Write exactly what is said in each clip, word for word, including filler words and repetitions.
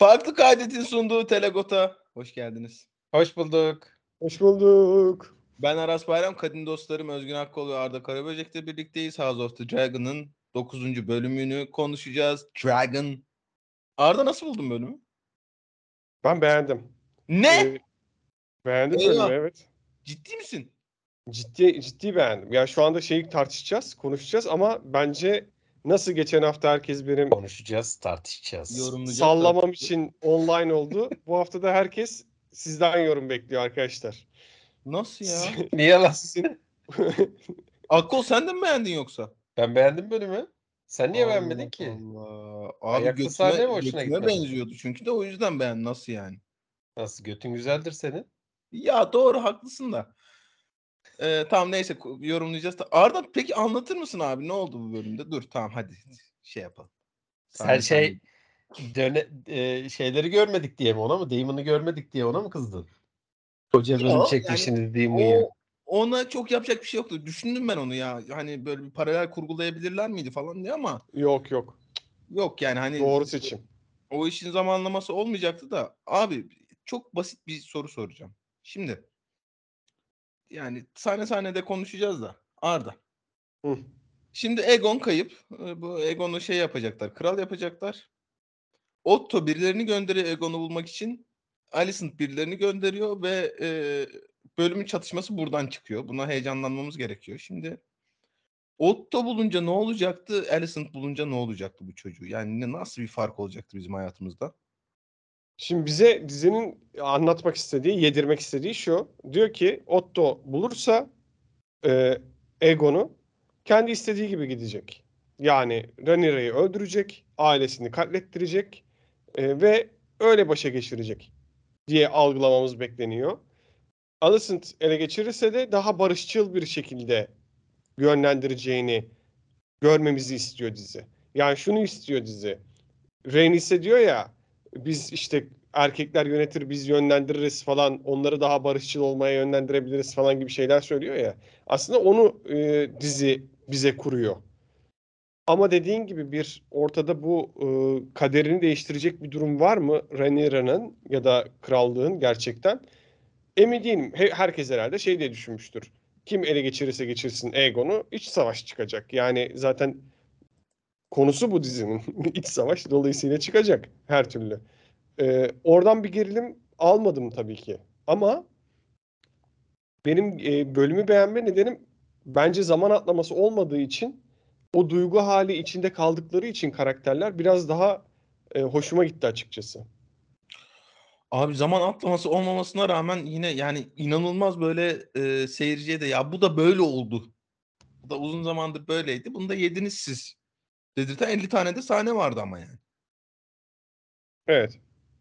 Farklı Kaydet'in sunduğu Telegot'a hoş geldiniz. Hoş bulduk. Hoş bulduk. Ben Aras Bayram, kadın dostlarım Özgün Akkol ve Arda Karaböcek'le birlikteyiz. House of the Dragon'ın dokuzuncu bölümünü konuşacağız. Dragon. Arda nasıl buldun bölümü? Ben beğendim. Ne? Ee, beğendim Eyvah. bölümü, evet. Ciddi misin? Ciddi ciddi beğendim. Ya şu anda şeyi tartışacağız, konuşacağız ama bence nasıl geçen hafta herkes benim Konuşacağız, tartışacağız. Yorumlayacağız. sallamam için online oldu. Bu hafta da herkes sizden yorum bekliyor arkadaşlar. Nasıl ya? Niye lan? Sizin Akkol sen de mi beğendin yoksa? Ben beğendim bölümü. Sen niye Allah beğenmedin ki? Allah. Abi Ayaklı sahne mi götüme, hoşuna götüme gitmedi? benziyordu çünkü de o yüzden beğendim. Nasıl yani? Nasıl, götün güzeldir senin? Ya doğru, haklısın da. Ee, tamam neyse yorumlayacağız. Arda peki anlatır mısın abi ne oldu bu bölümde? Dur tamam hadi şey yapalım. Sen Sahne şey döne, e, şeyleri görmedik diye mi ona mı? Damon'ı görmedik diye ona mı kızdın? Koca bölüm Yok, çekmişsiniz yani Damon'ı. o ona çok yapacak bir şey yoktu. Düşündüm ben onu ya. Hani böyle bir paralel kurgulayabilirler miydi falan diye ama yok yok. yok yani hani Doğru seçim. o işin zamanlaması olmayacaktı da abi çok basit bir soru soracağım. Şimdi yani sahne sahnede konuşacağız da Arda. Hı. Şimdi Aegon kayıp. Bu Aegon'u şey yapacaklar. Kral yapacaklar. Otto birilerini gönderiyor Aegon'u bulmak için. Alicent birilerini gönderiyor ve e, bölümün çatışması buradan çıkıyor. Buna heyecanlanmamız gerekiyor. Şimdi Otto bulunca ne olacaktı? Alicent bulunca ne olacaktı bu çocuğu? Yani ne, nasıl bir fark olacaktı bizim hayatımızda? Şimdi bize dizinin anlatmak istediği, yedirmek istediği şu. Diyor ki Otto bulursa e, Aegon'u kendi istediği gibi gidecek. Yani Rhaenyra'yı öldürecek, ailesini katlettirecek e, ve öyle başa geçirecek diye algılamamız bekleniyor. Alicent ele geçirirse de daha barışçıl bir şekilde yönlendireceğini görmemizi istiyor dizi. Yani şunu istiyor dizi. Rhaenys diyor ya biz işte erkekler yönetir biz yönlendiririz falan onları daha barışçıl olmaya yönlendirebiliriz falan gibi şeyler söylüyor ya. Aslında onu e, dizi bize kuruyor. Ama dediğin gibi bir ortada bu e, kaderini değiştirecek bir durum var mı Rhaenyra'nın ya da krallığın gerçekten? Emin değilim. He, herkes herhalde şey diye düşünmüştür. Kim ele geçirirse geçirsin Aegon'u iç savaş çıkacak. Yani zaten konusu bu dizinin iç savaş dolayısıyla çıkacak her türlü. Ee, oradan bir gerilim almadım tabii ki. Ama benim e, bölümü beğenme nedenim bence zaman atlaması olmadığı için o duygu hali içinde kaldıkları için karakterler biraz daha e, hoşuma gitti açıkçası. Abi zaman atlaması olmamasına rağmen yine yani inanılmaz böyle e, seyirciye de ya bu da böyle oldu. Bu da uzun zamandır böyleydi. Bunu da yediniz siz. Dedirten elli tane de sahne vardı ama yani. Evet.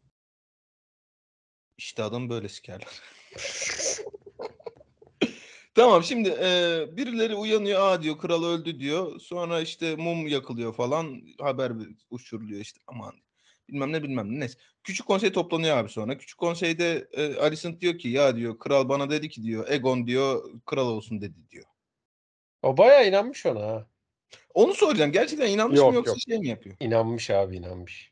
İşte adam böyle sikerler. Tamam şimdi e, birileri uyanıyor. Aa diyor kral öldü diyor. Sonra işte mum yakılıyor falan. Haber uçuruluyor işte aman. Bilmem ne bilmem ne. Neyse. Küçük konsey toplanıyor abi sonra. Küçük konseyde e, Alicent diyor ki ya diyor kral bana dedi ki diyor Aegon diyor kral olsun dedi diyor. O bayağı inanmış ona ha. Onu soracağım. Gerçekten inanmış mı Yok yoksa yok. şey mi yapıyor? İnanmış abi, inanmış.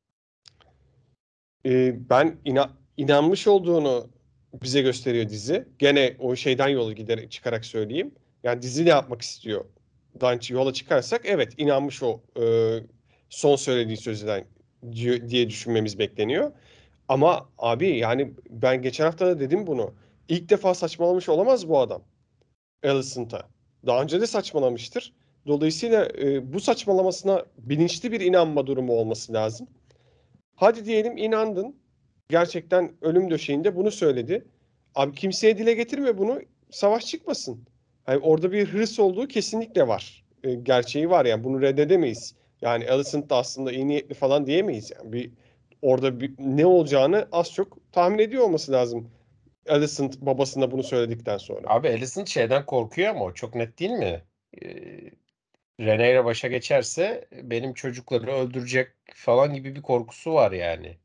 Ee, ben ina- inanmış olduğunu bize gösteriyor dizi. Gene o şeyden yola giderek çıkarak söyleyeyim. Yani dizi ne yapmak istiyor? Dan yola çıkarsak evet inanmış o e, son söylediği sözden diye diye düşünmemiz bekleniyor. Ama abi yani ben geçen hafta da dedim bunu. İlk defa saçmalamış olamaz bu adam. Alicent'a. Daha önce de saçmalamıştır. Dolayısıyla e, bu saçmalamasına bilinçli bir inanma durumu olması lazım. Hadi diyelim inandın. Gerçekten ölüm döşeğinde bunu söyledi. Abi kimseye dile getirme bunu. Savaş çıkmasın. Yani orada bir hırs olduğu kesinlikle var. E, gerçeği var yani bunu reddedemeyiz. Yani Alicent da aslında iyi niyetli falan diyemeyiz. Yani bir orada bir, ne olacağını az çok tahmin ediyor olması lazım. Alicent babasına bunu söyledikten sonra. Abi Alicent şeyden korkuyor ama o çok net değil mi? Ee, Rhaenyra başa geçerse benim çocukları öldürecek falan gibi bir korkusu var yani.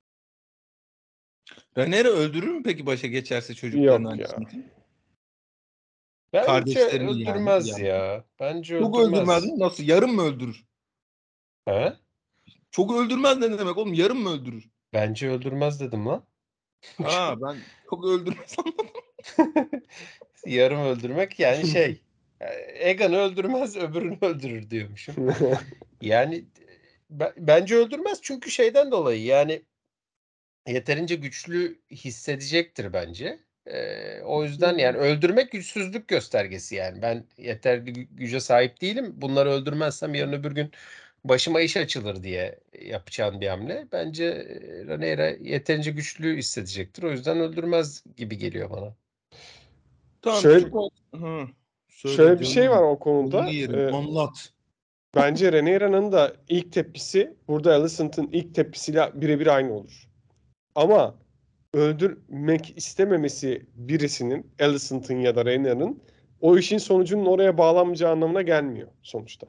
Rhaenyra öldürür mü peki başa geçerse çocuklarını Yok ya. Alicent'in? Bence Kardeşlerini yani. öldürmez yani. ya. Bence Çok öldürmez öldürmez. mi? Nasıl? Yarım mı öldürür? He? Çok öldürmez ne demek oğlum? Yarım mı öldürür? Bence öldürmez dedim lan. Ha ben çok öldürmez anladım. Yarım öldürmek yani şey. Egan'ı öldürmez, öbürünü öldürür diyormuşum. Yani b- bence öldürmez çünkü şeyden dolayı yani yeterince güçlü hissedecektir bence. Eee, o yüzden yani öldürmek güçsüzlük göstergesi yani. Ben yeterli gü- güce sahip değilim. Bunları öldürmezsem yarın öbür gün başıma iş açılır diye yapacağım bir hamle. Bence eee, Rhaenyra yeterince güçlü hissedecektir. O yüzden öldürmez gibi geliyor bana. Tamam Şöyle küçük ol. Hı. Söyle şöyle bir şey var canım. o Kolunu konuda. yerim. Ee, Anlat. bence Rhaenyra'nın da ilk tepkisi burada Alicent'ın ilk tepkisiyle birebir aynı olur. Ama öldürmek istememesi birisinin, Alicent'ın ya da Rhaenyra'nın, o işin sonucunun oraya bağlanmayacağı anlamına gelmiyor sonuçta.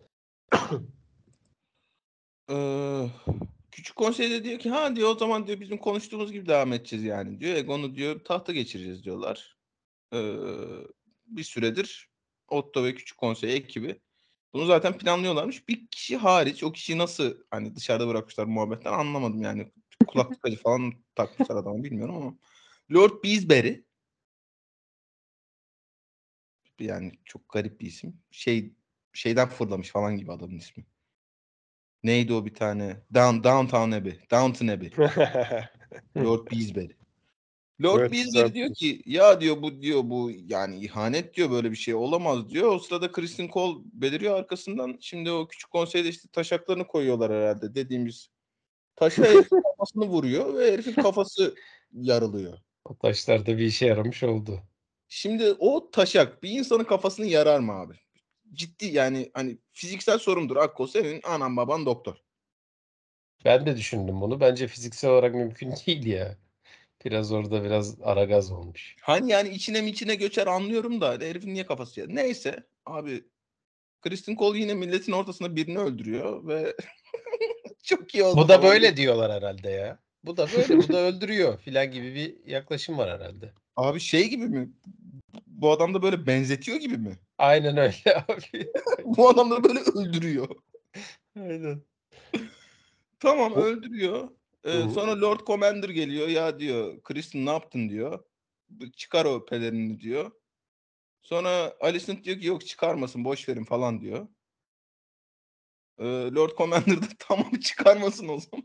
Ee, küçük konseyde diyor ki ha diyor o zaman diyor bizim konuştuğumuz gibi devam edeceğiz yani diyor. Egon'u diyor tahta geçireceğiz diyorlar. Ee, bir süredir Otto ve küçük konsey ekibi bunu zaten planlıyorlarmış. Bir kişi hariç o kişiyi nasıl hani dışarıda bırakmışlar muhabbetten anlamadım yani. Kulak tıkacı falan takmışlar adamı bilmiyorum ama. Lord Beesbury yani çok garip bir isim. Şey şeyden fırlamış falan gibi adamın ismi. Neydi o bir tane? Down, Downtown Abbey. Downton Abbey. Lord Beesbury. Lord Evet, Beesbury güzel. diyor ki ya diyor bu diyor bu yani ihanet diyor böyle bir şey olamaz diyor. O sırada Kristen Cole beliriyor arkasından. Şimdi o küçük konseyde işte taşaklarını koyuyorlar herhalde dediğimiz. Taşa herifin kafasını vuruyor ve herifin kafası yarılıyor. O taşlar da bir işe yaramış oldu. Şimdi o taşak bir insanın kafasını yarar mı abi? Ciddi yani hani fiziksel sorundur. Akko senin anan baban doktor. Ben de düşündüm bunu. Bence fiziksel olarak mümkün değil ya. Biraz orada biraz aragaz olmuş. Hani yani içine mi içine göçer anlıyorum da herifin niye kafası yarıyor? Neyse abi Kristen Cole yine milletin ortasında birini öldürüyor ve çok iyi oldu Bu da falan. böyle diyorlar herhalde ya. Bu da böyle, bu da öldürüyor filan gibi bir yaklaşım var herhalde. Abi şey gibi mi? Bu adam da böyle benzetiyor gibi mi? Aynen öyle abi. Bu adam da böyle öldürüyor. Aynen. Tamam O- öldürüyor. Hı Ee, hı. sonra Lord Commander geliyor. Ya diyor Kristen ne yaptın diyor. Çıkar o pelerini diyor. Sonra Alicent diyor ki yok çıkarmasın boş verin falan diyor. Ee, Lord Commander da tamam çıkarmasın o zaman.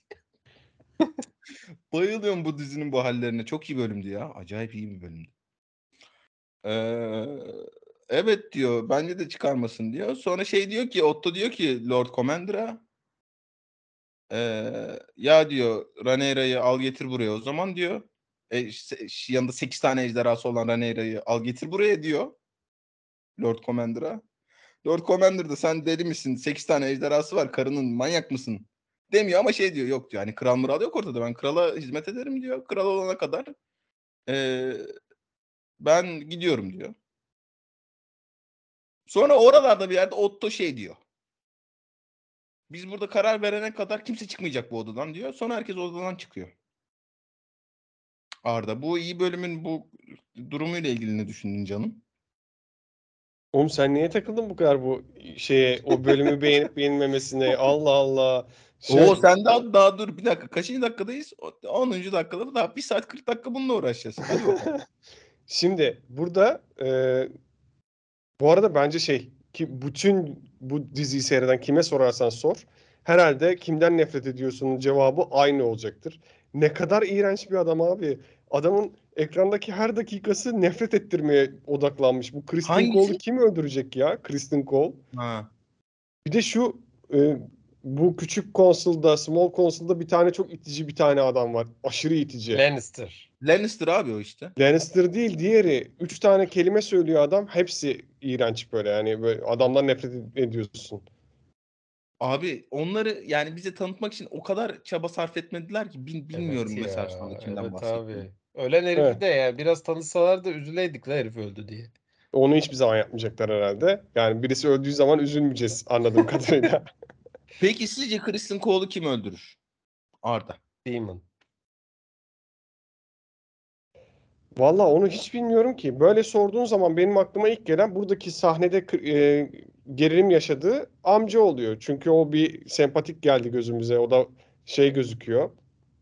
Bayılıyorum bu dizinin bu hallerine. Çok iyi bölümdü ya. Acayip iyi bir bölümdü. Ee, evet diyor. Bence de çıkarmasın diyor. Sonra şey diyor ki Otto diyor ki Lord Commander'a ee, ya diyor Rhaenyra'yı al getir buraya o zaman diyor. E, se- yanında sekiz tane ejderhası olan Rhaenyra'yı al getir buraya diyor. Lord Commander'a. Lord Commander da sen deli misin? Sekiz tane ejderhası var. Karının manyak mısın? Demiyor ama şey diyor yok diyor. Hani kral mural yok ortada. Ben krala hizmet ederim diyor. Kral olana kadar ee, ben gidiyorum diyor. Sonra oralarda bir yerde Otto şey diyor. Biz burada karar verene kadar kimse çıkmayacak bu odadan diyor. Sonra herkes odadan çıkıyor. Arda bu iyi bölümün bu durumuyla ilgili ne düşündün canım? Oğlum sen niye takıldın bu kadar bu şeye, o bölümü beğenip beğenmemesine? Allah Allah. Oo Şey, sen daha daha dur bir dakika. Kaçıncı dakikadayız? O- onuncu dakikada daha bir saat kırk dakika bununla uğraşacağız. Hadi bakalım. şimdi burada e, bu arada bence şey, ki bütün bu diziyi seyreden kime sorarsan sor, herhalde kimden nefret ediyorsunun cevabı aynı olacaktır. Ne kadar iğrenç bir adam abi. Adamın ekrandaki her dakikası nefret ettirmeye odaklanmış. Bu Kristen Cole'u Hangisi? kim öldürecek ya? Kristen Cole. Ha. Bir de şu e, bu küçük konsolda, small konsolda bir tane çok itici bir tane adam var. Aşırı itici. Lannister. Lannister abi o işte. Lannister değil, diğeri. Üç tane kelime söylüyor adam. Hepsi iğrenç böyle. Yani böyle adamdan nefret ed- ediyorsun. Abi onları yani bize tanıtmak için o kadar çaba sarf etmediler ki bil- bilmiyorum Evet mesela şu ya. anda kimden Evet bahsettiğini. abi. Ölen herifi Evet. de ya biraz tanısalar da üzüleydik la herif öldü diye. Onu hiçbir zaman yapmayacaklar herhalde. Yani birisi öldüğü zaman üzülmeyeceğiz anladığım kadarıyla. Peki sizce Kristen Cole'u kim öldürür? Arda. Demon. Valla onu hiç bilmiyorum ki. Böyle sorduğun zaman benim aklıma ilk gelen buradaki sahnede kı- e, gerilim yaşadığı amca oluyor. Çünkü o bir sempatik geldi gözümüze. O da şey gözüküyor.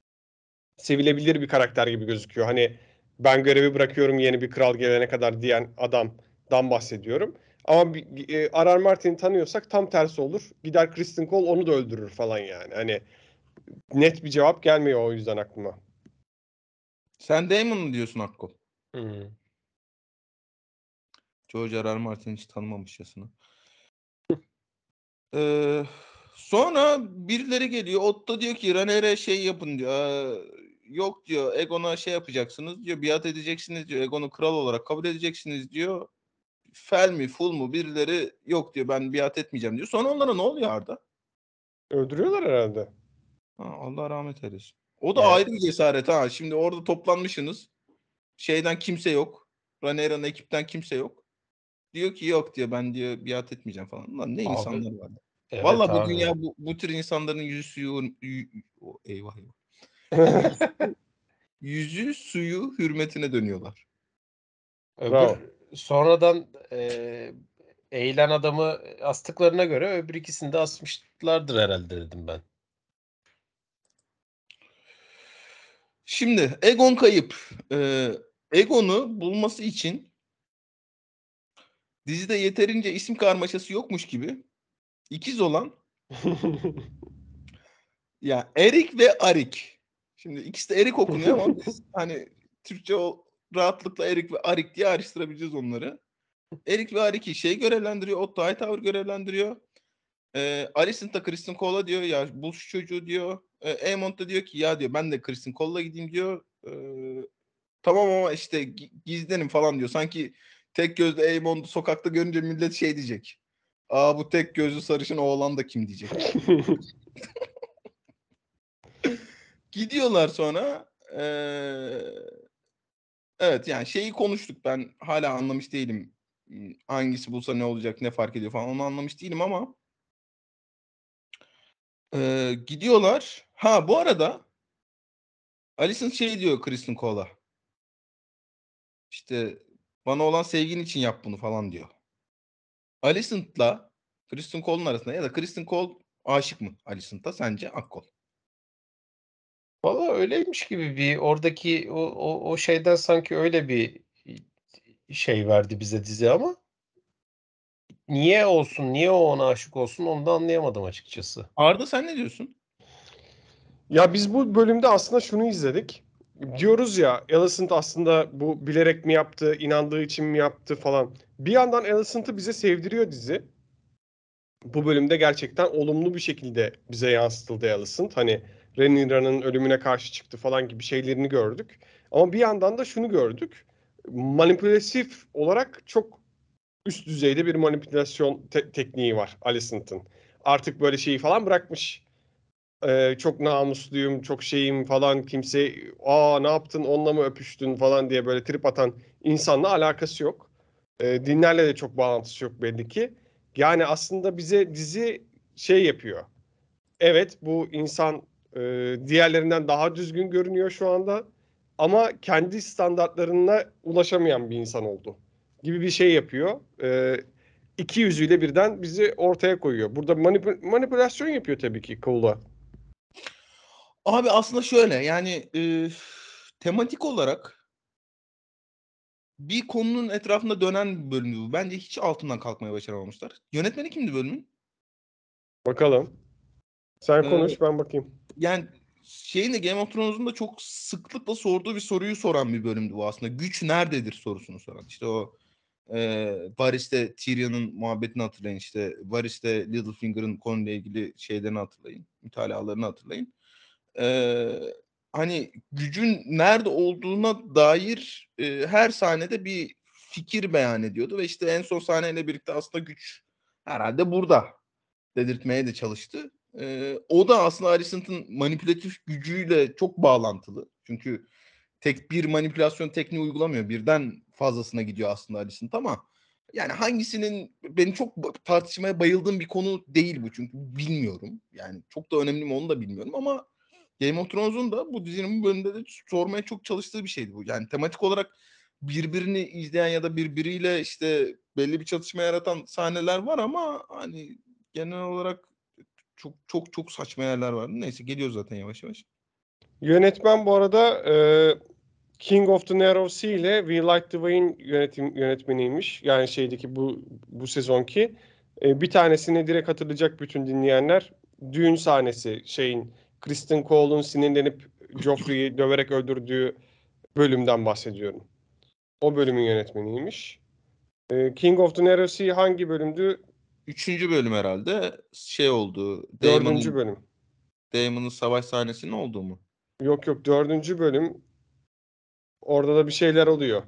sevilebilir bir karakter gibi gözüküyor. Hani ben görevi bırakıyorum yeni bir kral gelene kadar diyen adamdan bahsediyorum. Ama bir, e, R R. Martin'i tanıyorsak tam tersi olur. Gider Criston Cole onu da öldürür falan yani. Hani net bir cevap gelmiyor o yüzden aklıma. Sen Daemon mu diyorsun Akko? Hmm. George R. R. Martin hiç tanımamışçasına. Ee, sonra birileri geliyor. Otto diyor ki Rhaenyra şey yapın diyor. Aa, yok diyor. Aegon'a şey yapacaksınız diyor. Biat edeceksiniz diyor. Aegon'u kral olarak kabul edeceksiniz diyor. Fel mi full mu birileri yok diyor. Ben biat etmeyeceğim diyor. Sonra onlara ne oluyor Arda? Öldürüyorlar herhalde. Ha, Allah rahmet eylesin. O da Yani ayrı bir cesaret ha. Şimdi orada toplanmışsınız. Şeyden kimse yok. Rhaenyra'nın ekipten kimse yok. Diyor ki yok diyor. Ben diyor biat etmeyeceğim falan. Lan ne abi insanlar var. evet Valla bu abi. dünya bu, bu tür insanların yüzü suyu y- o, eyvah eyvah. Yüzü, yüzü suyu hürmetine dönüyorlar. Öbür Bravo. sonradan e, eğilen adamı astıklarına göre öbür ikisini de asmışlardır herhalde dedim ben. Şimdi Aegon kayıp. Ee, Aegon'u bulması için dizide yeterince isim karmaşası yokmuş gibi ikiz olan ya Erik ve Arik. Şimdi ikisi de Erik okunuyor ama biz hani Türkçe o rahatlıkla Erik ve Arik diye ayrıştırabileceğiz onları. Erik ve Arik'i şey görevlendiriyor. Otto Hightower görevlendiriyor. Ee, Alicent da Kristen Cole'a diyor ya bul şu çocuğu diyor. Ee, Aemond da diyor ki ya diyor ben de Kristen Cole'la gideyim diyor. Ee, tamam ama işte gi- gizlenim falan diyor. Sanki tek gözlü Aemond'u sokakta görünce millet şey diyecek. Aa bu tek gözlü sarışın oğlan da kim diyecek. Gidiyorlar sonra. Ee, evet yani şeyi konuştuk. Ben hala anlamış değilim. Hangisi bulsa ne olacak ne fark ediyor falan onu anlamış değilim ama ee, gidiyorlar. Ha bu arada Alicent şey diyor Kristen Cole'a. İşte bana olan sevgin için yap bunu falan diyor. Alicent'la Kristen Cole'un arasında ya da Kristen Cole aşık mı Alicent'a sence Akkol? Valla öyleymiş gibi bir oradaki o, o, o şeyden sanki öyle bir şey verdi bize dizi ama niye olsun, niye o ona aşık olsun onu da anlayamadım açıkçası. Arda sen ne diyorsun? Ya biz bu bölümde aslında şunu izledik. Diyoruz ya Alicent aslında bu bilerek mi yaptı, inandığı için mi yaptı falan. Bir yandan Alicent'ı bize sevdiriyor dizi. Bu bölümde gerçekten olumlu bir şekilde bize yansıtıldı Alicent. Hani Rhaenyra'nın ölümüne karşı çıktı falan gibi şeylerini gördük. Ama bir yandan da şunu gördük. Manipülatif olarak çok üst düzeyde bir manipülasyon te- tekniği var Alicent'ın. Artık böyle şeyi falan bırakmış. Ee, çok namusluyum, çok şeyim falan kimse aa ne yaptın onunla mı öpüştün falan diye böyle trip atan insanla alakası yok. Ee, dinlerle de çok bağlantısı yok belli ki. Yani aslında bize dizi şey yapıyor. Evet bu insan e, diğerlerinden daha düzgün görünüyor şu anda ama kendi standartlarına ulaşamayan bir insan oldu gibi bir şey yapıyor. E, iki yüzüyle birden bizi ortaya koyuyor. Burada manipü- manipülasyon yapıyor tabii ki Cole'a. Abi aslında şöyle yani e, tematik olarak bir konunun etrafında dönen bir bölümdü bu. Bence hiç altından kalkmaya başaramamışlar. Yönetmeni kimdi bölümün? Bakalım. Sen Ee, konuş ben bakayım. yani şeyin de Game of Thrones'un da çok sıklıkla sorduğu bir soruyu soran bir bölümdü bu aslında. Güç nerededir sorusunu soran. İşte o e, Varys'te Tyrion'un muhabbetini hatırlayın. İşte Varys'te Littlefinger'ın konuyla ilgili şeylerini hatırlayın. Mütalalarını hatırlayın. Ee, hani gücün nerede olduğuna dair e, her sahnede bir fikir beyan ediyordu ve işte en son sahneyle birlikte aslında güç herhalde burada dedirtmeye de çalıştı. Ee, o da aslında Alicent'ın manipülatif gücüyle çok bağlantılı. Çünkü tek bir manipülasyon tekniği uygulamıyor. Birden fazlasına gidiyor aslında Alicent ama yani hangisinin beni çok tartışmaya bayıldığım bir konu değil bu çünkü bilmiyorum. Yani çok da önemli mi onu da bilmiyorum ama Game of Thrones'un da bu dizinin bu bölümünde de sormaya çok çalıştığı bir şeydi bu. Yani tematik olarak birbirini izleyen ya da birbiriyle işte belli bir çatışma yaratan sahneler var ama hani genel olarak çok çok çok saçma yerler var. Neyse geliyor zaten yavaş yavaş. Yönetmen bu arada e, King of the Narrow Sea ile We Like the Wayne yönetim, yönetmeniymiş. Yani şeydeki bu bu sezonki. E, bir tanesini direkt hatırlayacak bütün dinleyenler. Düğün sahnesi şeyin Kristen Cole'un sinirlenip Joffrey'i döverek öldürdüğü bölümden bahsediyorum. O bölümün yönetmeniymiş. E, King of the Narrow Sea hangi bölümdü? Üçüncü bölüm herhalde şey oldu. Dördüncü Daemon'ın bölüm. Daemon'ın savaş sahnesinin olduğu mu? Yok yok dördüncü bölüm. Orada da bir şeyler oluyor.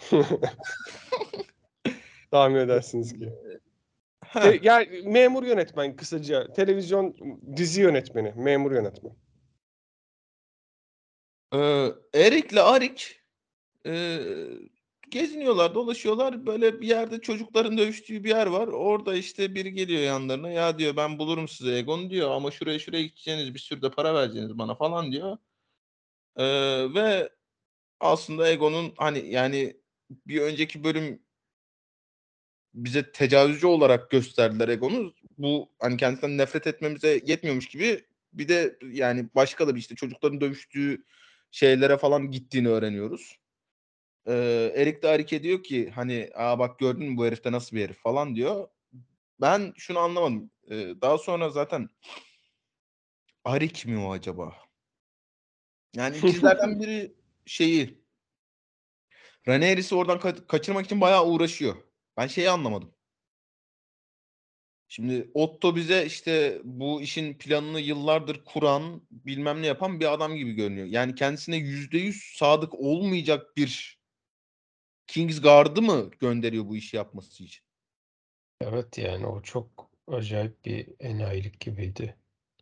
Tahmin edersiniz ki. Te, Heh. yani memur yönetmen kısaca. Televizyon dizi yönetmeni. Memur yönetmen. Ee, Erik'le Arik e, geziniyorlar, dolaşıyorlar. Böyle bir yerde çocukların dövüştüğü bir yer var. Orada işte biri geliyor yanlarına. Ya diyor ben bulurum size Egon diyor ama şuraya şuraya gideceğiniz bir sürü de para vereceğiniz bana falan diyor. Ee, ve aslında Egon'un hani yani bir önceki bölüm bize tecavüzcü olarak gösterdiler Egon'u. Bu hani kendisinden nefret etmemize yetmiyormuş gibi bir de yani başka da bir işte çocukların dövüştüğü şeylere falan gittiğini öğreniyoruz. Ee, Erik de hareket ediyor ki hani aa bak gördün mü bu herif de nasıl bir herif falan diyor. Ben şunu anlamadım. Ee, daha sonra zaten Arik mi o acaba? Yani ikizlerden biri şeyi Rhaenyra'i oradan ka- kaçırmak için bayağı uğraşıyor. Ben şeyi anlamadım. Şimdi Otto bize işte bu işin planını yıllardır kuran, bilmem ne yapan bir adam gibi görünüyor. Yani kendisine yüzde yüz sadık olmayacak bir Kingsguard'ı mı gönderiyor bu işi yapması için? Evet yani o çok acayip bir enayilik gibiydi.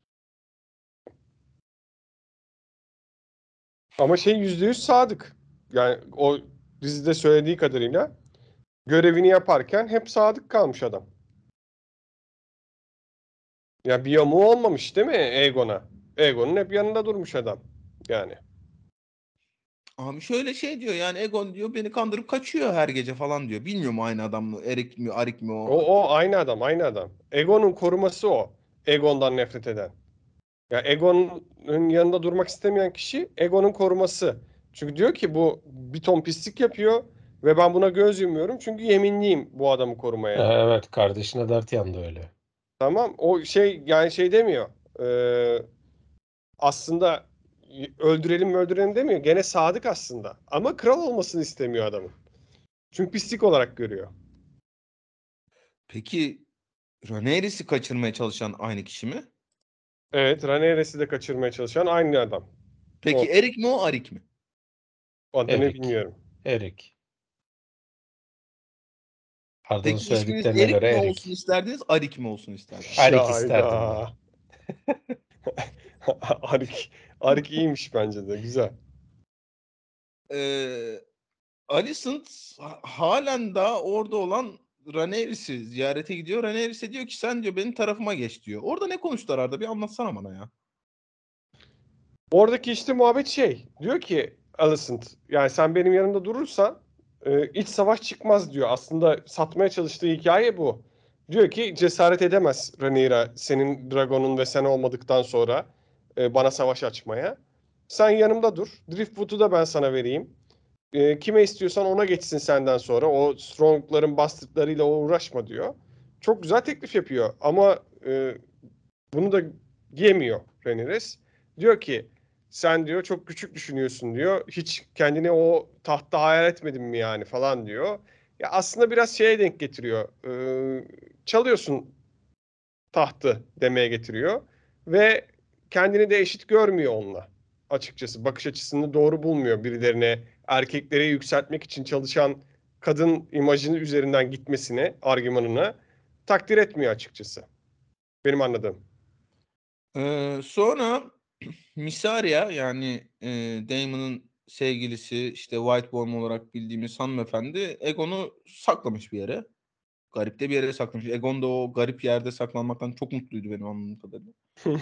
Ama şey yüzde yüz sadık. Yani o dizide söylediği kadarıyla görevini yaparken hep sadık kalmış adam. Ya bir yamuğu olmamış değil mi Egon'a? Egon'un hep yanında durmuş adam. Yani. Abi şöyle şey diyor yani Egon diyor beni kandırıp kaçıyor her gece falan diyor. Bilmiyorum aynı adam mı, Erik mi, Arik mi o. O, o aynı adam, aynı adam. Egon'un koruması o. Egon'dan nefret eden. Ya Egon'un yanında durmak istemeyen kişi Egon'un koruması. Çünkü diyor ki bu bir ton pislik yapıyor ve ben buna göz yumuyorum çünkü yeminliyim bu adamı korumaya. Evet, kardeşine dert yandı öyle. Tamam o şey yani şey demiyor. Ee, aslında öldürelim öldürelim demiyor. Gene sadık aslında. Ama kral olmasını istemiyor adamın. Çünkü pislik olarak görüyor. Peki Rhaenyra'i kaçırmaya çalışan aynı kişi mi? Evet, Rhaenyra'i de kaçırmaya çalışan aynı adam. Peki O. Erik mi o, Arik mi? Adını Erik. bilmiyorum. Erik. Arda'nın Peki isminiz söylediklerine Erik göre mi olsun Erik. isterdiniz, Arik mi olsun isterdiniz? Arik isterdim ben. Şayda. Arik. Arik iyiymiş bence de. Güzel. Ee, Alicent ha- halen daha orada olan Rhaenyra'i ziyarete gidiyor. Rhaenyra diyor ki sen diyor benim tarafıma geç diyor. Orada ne konuştular Arda? Bir anlatsana bana ya. Oradaki işte muhabbet şey. Diyor ki Alicent yani sen benim yanımda durursan e, iç savaş çıkmaz diyor. Aslında satmaya çalıştığı hikaye bu. Diyor ki cesaret edemez Rhaenyra senin dragonun ve sen olmadıktan sonra e, bana savaş açmaya. Sen yanımda dur. Driftwood'u da ben sana vereyim. E, kime istiyorsan ona geçsin senden sonra. O Strong'ların bastardlarıyla uğraşma diyor. Çok güzel teklif yapıyor ama e, bunu da yemiyor Rhaenyra. Diyor ki sen diyor çok küçük düşünüyorsun diyor. Hiç kendini o tahtta hayal etmedin mi yani falan diyor. Ya aslında biraz şeye denk getiriyor. Ee, çalıyorsun tahtı demeye getiriyor. Ve kendini de eşit görmüyor onunla. Açıkçası bakış açısını doğru bulmuyor. Birilerine erkekleri yükseltmek için çalışan kadın imajının üzerinden gitmesine, argümanına takdir etmiyor açıkçası. Benim anladığım. Ee, sonra Mysaria yani e, Daemon'ın sevgilisi işte White Worm olarak bildiğimiz hanımefendi Egon'u saklamış bir yere. Garip de bir yere saklamış. Egon da o garip yerde saklanmaktan çok mutluydu benim anladığım kadarıyla.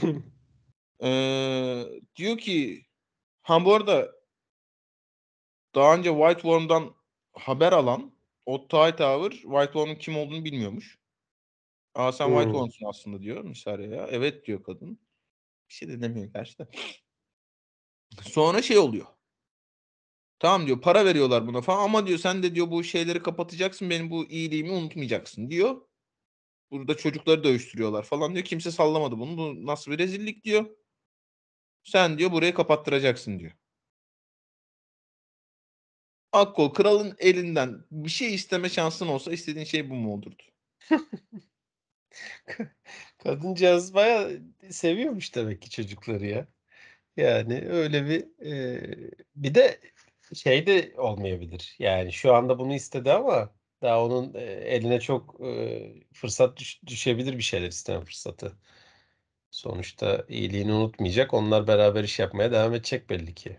Ee, diyor ki ha bu arada daha önce White Worm'dan haber alan Otto Hightower White Worm'un kim olduğunu bilmiyormuş. Aa sen White Hmm. Worm'sun aslında diyor Mysaria'ya. Evet diyor kadın. Bir şey de demiyor gerçi de. Sonra şey oluyor. Tamam diyor, para veriyorlar buna falan ama diyor sen de diyor bu şeyleri kapatacaksın, benim bu iyiliğimi unutmayacaksın diyor. Burada çocukları dövüştürüyorlar falan diyor. Kimse sallamadı bunu. Bu nasıl bir rezillik diyor. Sen diyor burayı kapattıracaksın diyor. Akkol kralın elinden bir şey isteme şansın olsa istediğin şey bu mu olurdu? Kadıncağız bayağı seviyormuş demek ki çocukları ya. Yani öyle bir e, bir de şey de olmayabilir. Yani şu anda bunu istedi ama daha onun e, eline çok e, fırsat düş- düşebilir, bir şeyler isteme fırsatı. Sonuçta iyiliğini unutmayacak. Onlar beraber iş yapmaya devam edecek belli ki.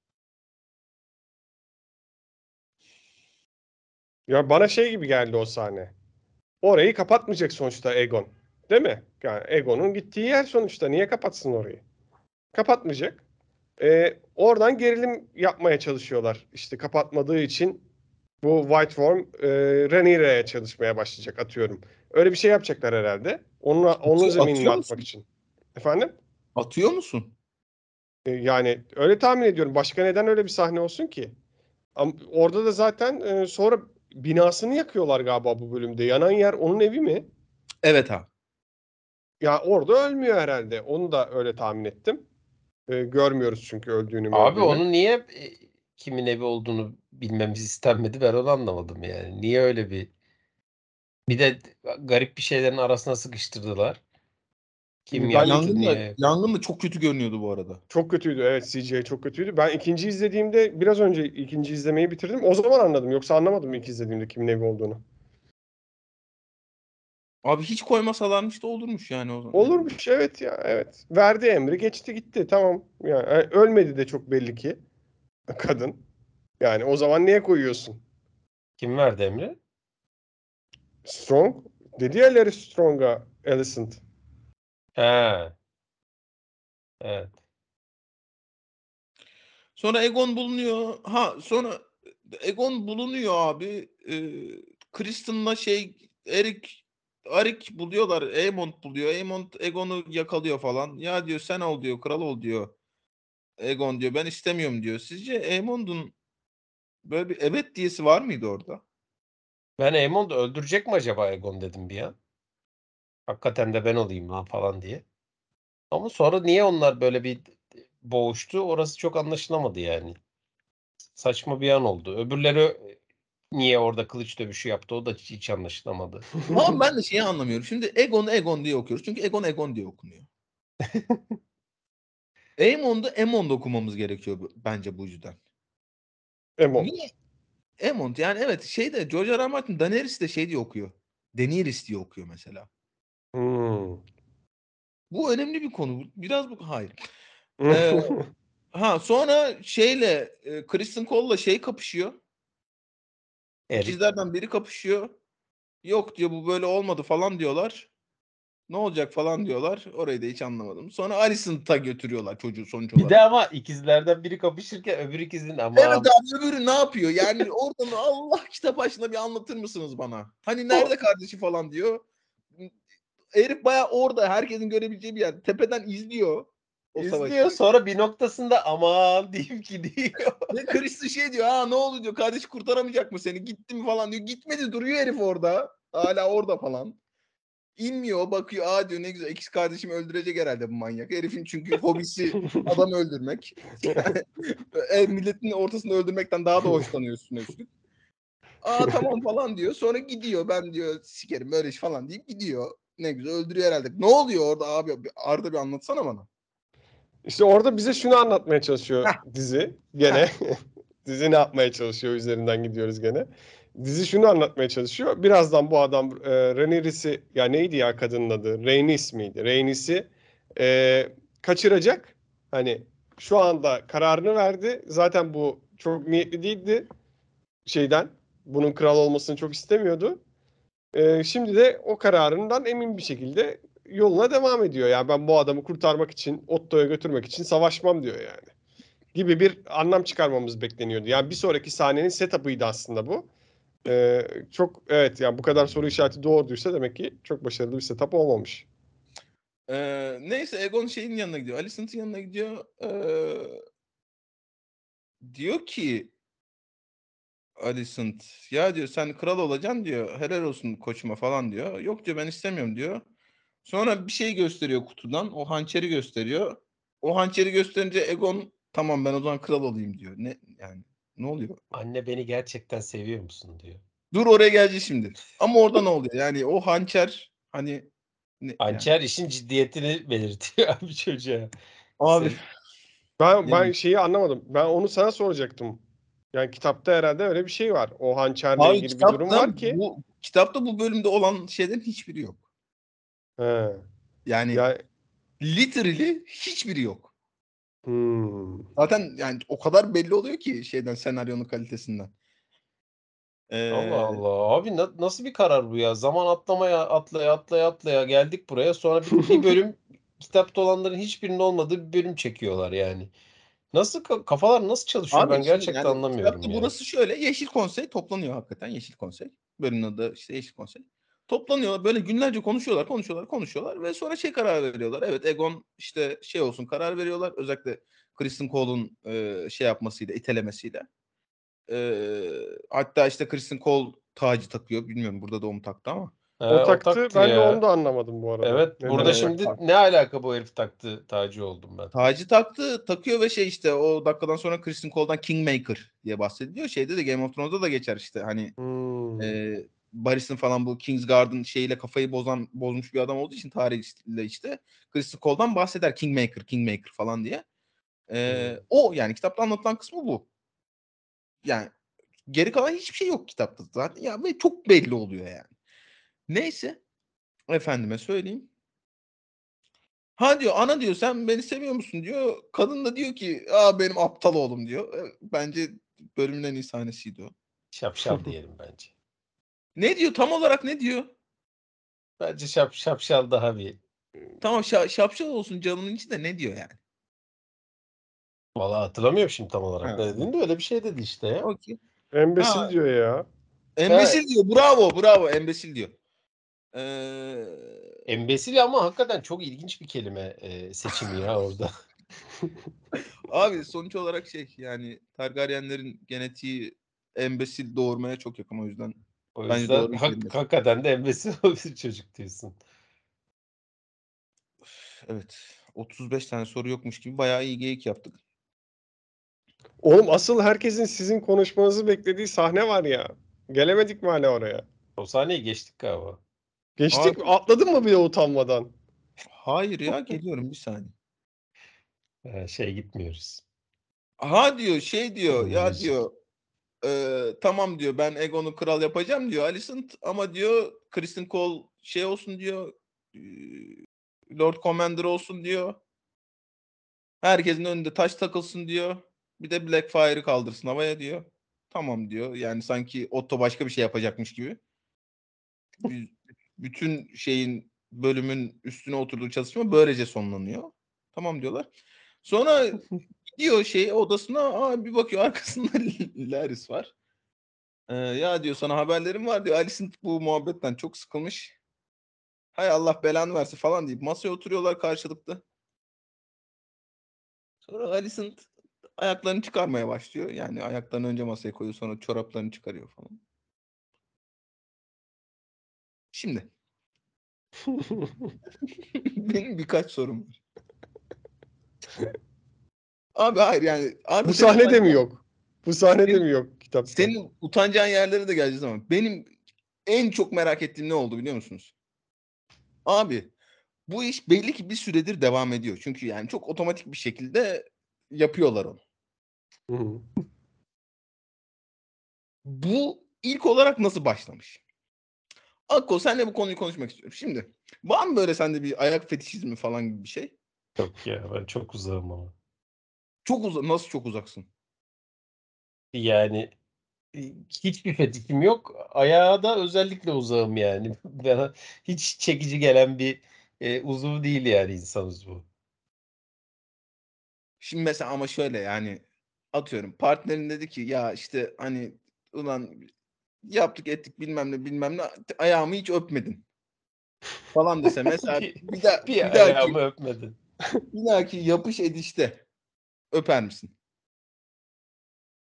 Ya bana şey gibi geldi o sahne. Orayı kapatmayacak sonuçta Aegon. Değil mi? Yani Aegon'un gittiği yer sonuçta. Niye kapatsın orayı? Kapatmayacak. Ee, oradan gerilim yapmaya çalışıyorlar. İşte kapatmadığı için bu White Worm e, Rhaenyra'ya çalışmaya başlayacak atıyorum. Öyle bir şey yapacaklar herhalde. Onun, onun Atıyor, zeminini atıyor atmak musun? için. Efendim? Atıyor musun? E, yani öyle tahmin ediyorum. Başka neden öyle bir sahne olsun ki? Ama orada da zaten e, sonra binasını yakıyorlar galiba bu bölümde. Yanan yer onun evi mi? Evet abi. Ya orada ölmüyor herhalde. Onu da öyle tahmin ettim. E, görmüyoruz çünkü öldüğünü mü Abi öldüğünü. onun niye e, kimin evi olduğunu bilmemiz istenmedi, ben onu anlamadım yani. Niye öyle bir bir de garip bir şeylerin arasına sıkıştırdılar. Kim Ben yaptı, iki, Yangın da, niye? yangın da çok kötü görünüyordu bu arada. çok kötüydü. Evet, C G I çok kötüydü. Ben ikinci izlediğimde biraz önce ikinci izlemeyi bitirdim. O zaman anladım. Yoksa anlamadım ilk izlediğimde kimin evi olduğunu. Abi hiç koymasalarmış da olurmuş yani o zaman. Yani Olurmuş, evet ya, evet. Verdi emri, geçti gitti, tamam. Yani e, ölmedi de çok belli ki kadın. Yani o zaman niye koyuyorsun? Kim verdi emri? Strong. Dedi ya Larry Strong'a Alicent. He, evet. sonra Egon bulunuyor. Ha sonra Egon bulunuyor abi. Ee, Kristen'la şey Eric Arik buluyorlar. Aemond buluyor. Aemond Egon'u yakalıyor falan. Ya diyor sen ol diyor. Kral ol diyor. Egon diyor ben istemiyorum diyor. Sizce Aemond'un böyle bir evet diyesi var mıydı orada? Ben Aemond öldürecek mi acaba Aegon dedim bir an. Hakikaten de ben olayım lan falan diye. Ama sonra niye onlar böyle bir boğuştu, orası çok anlaşılamadı yani. Saçma bir an oldu. Öbürleri niye orada kılıç dövüşü yaptı, o da hiç, hiç anlaşılamadı. Ama ben de şeyi anlamıyorum. Şimdi Egon Egon diye okuyoruz. Çünkü Egon Egon diye okunuyor. Aemon'da Aemond okumamız gerekiyor bu- bence bu yüzden. Emon. Niye? Aemond yani evet şeyde George R. R. Martin Daenerys de şey diye okuyor. Daenerys diye okuyor mesela. Hmm. Bu önemli bir konu. Biraz bu hayır. Ee, ha sonra şeyle e, Kristen Cole'la şey kapışıyor. Erik. İkizlerden biri kapışıyor. Yok diyor bu böyle olmadı falan diyorlar. Ne olacak falan diyorlar. Orayı da hiç anlamadım. Sonra Alicent'a götürüyorlar çocuğu sonuç Bir de olarak. ama ikizlerden biri kapışırken öbür ikizin Evet ama abi öbürü ne yapıyor? Yani oradan Allah kitap başına bir anlatır mısınız bana? Hani nerede O, kardeşi falan diyor. Herif bayağı orada herkesin görebileceği bir yer. Tepeden izliyor o savaşı. izliyor, sonra bir noktasında aman deyip gidiyor. Ve Kristen şey diyor. Ha ne oldu diyor. Kardeş kurtaramayacak mı seni? Gitti mi falan diyor. Gitmedi duruyor herif orada. Hala orada falan. İnmiyor bakıyor. Aa diyor ne güzel. İkiz kardeşimi öldürecek herhalde bu manyak. Herifin çünkü hobisi adam öldürmek. e, milletin ortasında öldürmekten daha da hoşlanıyor üstüne üstlük. Aa tamam falan diyor. Sonra gidiyor. Ben diyor sikerim böyle iş falan deyip gidiyor. Ne güzel öldürüyor herhalde. Ne oluyor orada abi? Arda bir anlatsana bana. işte orada bize şunu anlatmaya çalışıyor Heh, dizi. heh. Gene dizi ne yapmaya çalışıyor üzerinden gidiyoruz gene. Dizi şunu anlatmaya çalışıyor. Birazdan bu adam e, Rhaenyra'i, ya neydi ya kadının adı? Rhaenys miydi? Rhaenys'i e, kaçıracak. Hani şu anda kararını verdi. Zaten bu çok niyetli değildi şeyden. Bunun kral olmasını çok istemiyordu. E, şimdi de o kararından emin bir şekilde yoluna devam ediyor. Yani ben bu adamı kurtarmak için, Otto'ya götürmek için savaşmam diyor yani. Gibi bir anlam çıkarmamız bekleniyordu. Yani bir sonraki sahnenin setup'ıydı aslında bu. Ee, çok evet, yani bu kadar soru işareti doğurduysa demek ki çok başarılı bir setup olmamış. Ee, neyse Egon şeyin yanına gidiyor. Alicent'in yanına gidiyor. Ee, diyor ki Alicent ya diyor sen kral olacaksın diyor. Helal olsun koçuma falan diyor. Yok diyor ben istemiyorum diyor. Sonra bir şey gösteriyor kutudan. O hançeri gösteriyor. O hançeri gösterince Egon tamam ben o zaman kral olayım diyor. Ne yani ne oluyor? Anne beni gerçekten seviyor musun diyor. Dur oraya geleceğiz şimdi. Ama orada ne oluyor? Yani o hançer hani ne, yani. Hançer işin ciddiyetini belirtiyor abi çocuğa. Abi Sen- Ben ben yani, şeyi anlamadım. Ben onu sana soracaktım. Yani kitapta herhalde öyle bir şey var. O hançerle abi ilgili bir durum kitapta var ki. bu kitapta bu bölümde olan şeylerin hiçbiri yok. He. Yani Ya literally hiçbiri yok. hmm. Zaten yani o kadar belli oluyor ki şeyden senaryonun kalitesinden. Allah Ee, Allah. Abi na- nasıl bir karar bu ya? Zaman atlamaya atlaya atlaya atlaya geldik buraya. Sonra bir, bir bölüm kitapta olanların hiçbirinin olmadığı bir bölüm çekiyorlar yani. Nasıl ka- kafalar nasıl çalışıyor Abi ben şimdi gerçekten yani anlamıyorum kitapta ya. burası şöyle Yeşil Konsey toplanıyor hakikaten Yeşil Konsey. Bölümün adı işte Yeşil Konsey. Toplanıyorlar böyle günlerce konuşuyorlar konuşuyorlar konuşuyorlar ve sonra şey karar veriyorlar. Evet Egon işte şey olsun karar veriyorlar. Özellikle Kristen Cole'un e, şey yapmasıyla itelemesiyle. E, hatta işte Kristen Cole tacı takıyor. Bilmiyorum burada da o mu taktı ama. He, O o taktı. taktı Ben de onu ya. da anlamadım bu arada. Evet Neden burada o E, şimdi taktı? tak- ne alaka bu herif taktı tacı oldum ben. tacı taktı takıyor ve şey işte o dakikadan sonra Kristen Cole'dan Kingmaker diye bahsediliyor. Şeyde de Game of Thrones'da da geçer işte hani Hmm. e, Barris'in falan bu Kingsguard'ın şeyiyle kafayı bozan bozmuş bir adam olduğu için tarihle işte Kristen Cole'dan bahseder Kingmaker Kingmaker falan diye. E, Hmm. o yani kitapta anlatılan kısmı bu. Yani geri kalan hiçbir şey yok kitapta zaten ya ve çok belli oluyor yani. Neyse efendime söyleyeyim. Ha diyor ana diyor sen beni seviyor musun diyor. Kadın da diyor ki aa benim aptal oğlum diyor. E, Bence bölümün en iyi sahnesiydi o. Şapşal diyelim bence. Ne diyor tam olarak ne diyor? Bence şap, şapşal daha bir. Tamam şa- şapşal olsun canımın içi de ne diyor yani? Vallahi hatırlamıyorum şimdi tam olarak ne Ha, dediğini de öyle bir şey dedi işte ya. okey. Embesil Ha, diyor ya. Ha, embesil diyor. Bravo, bravo. Embesil diyor. Ee, embesil ama hakikaten çok ilginç bir kelime e, seçimi ya orada. abi sonuç olarak şey yani Targaryenlerin genetiği embesil doğurmaya çok yakın o yüzden O bence yüzden doğru bir hak, kelime. hakikaten de embesil bir çocuk diyorsun. Evet. otuz beş tane soru yokmuş gibi bayağı iyi geyik yaptık. Oğlum asıl herkesin sizin konuşmanızı beklediği sahne var ya. Gelemedik mi hala oraya? O sahneyi geçtik galiba. Geçtik mi? Abi Atladın mı bile utanmadan? hayır ya geliyorum bir saniye. Ee, şey gitmiyoruz. Ha diyor şey diyor Kırmızı ya ışık. diyor e, tamam diyor ben Egon'u kral yapacağım diyor Alicent ama diyor Kristen Cole şey olsun diyor e, Lord Commander olsun diyor. Herkesin önünde taş takılsın diyor. Bir de Blackfire'ı kaldırsın havaya diyor. Tamam diyor. Yani sanki Otto başka bir şey yapacakmış gibi. B- Bütün şeyin bölümün üstüne oturduğu çalışma böylece sonlanıyor. Tamam diyorlar. Sonra gidiyor şey odasına aa, bir bakıyor arkasında Laris var. Ee, ya diyor sana haberlerim var diyor. Alicent bu muhabbetten çok sıkılmış. Hay Allah belanı versin falan deyip masaya oturuyorlar karşılıklı. Sonra Alicent ayaklarını çıkarmaya başlıyor. Yani ayaklarını önce masaya koyuyor sonra çoraplarını çıkarıyor falan. Şimdi benim birkaç sorum var. Abi hayır yani Arda Bu senin sahnede mi utanacağın, yok? Bu sahnede senin, mi yok kitapta? senin utanacağın yerlere de geleceğiz ama benim en çok merak ettiğim ne oldu biliyor musunuz? Abi bu iş belli ki bir süredir devam ediyor. Çünkü yani çok otomatik bir şekilde yapıyorlar onu. Hı hı. Bu ilk olarak nasıl başlamış? Akko senle bu konuyu konuşmak istiyorum. Şimdi var mı böyle sende bir ayak fetişizmi falan gibi bir şey? Yok ya ben çok uzağım ama. Çok uzak. Nasıl çok uzaksın? Yani e, hiçbir fetişim yok. Ayağa da özellikle uzağım yani. Bana hiç çekici gelen bir e, uzuv değil yani insanız bu. Şimdi mesela ama şöyle yani atıyorum partnerin dedi ki ya işte hani ulan yaptık ettik bilmem ne bilmem ne ayağımı hiç öpmedin falan dese mesela bir, bir daha bir bir dahaki ayağımı öpmedin. bir dahaki yapış edişte öper misin?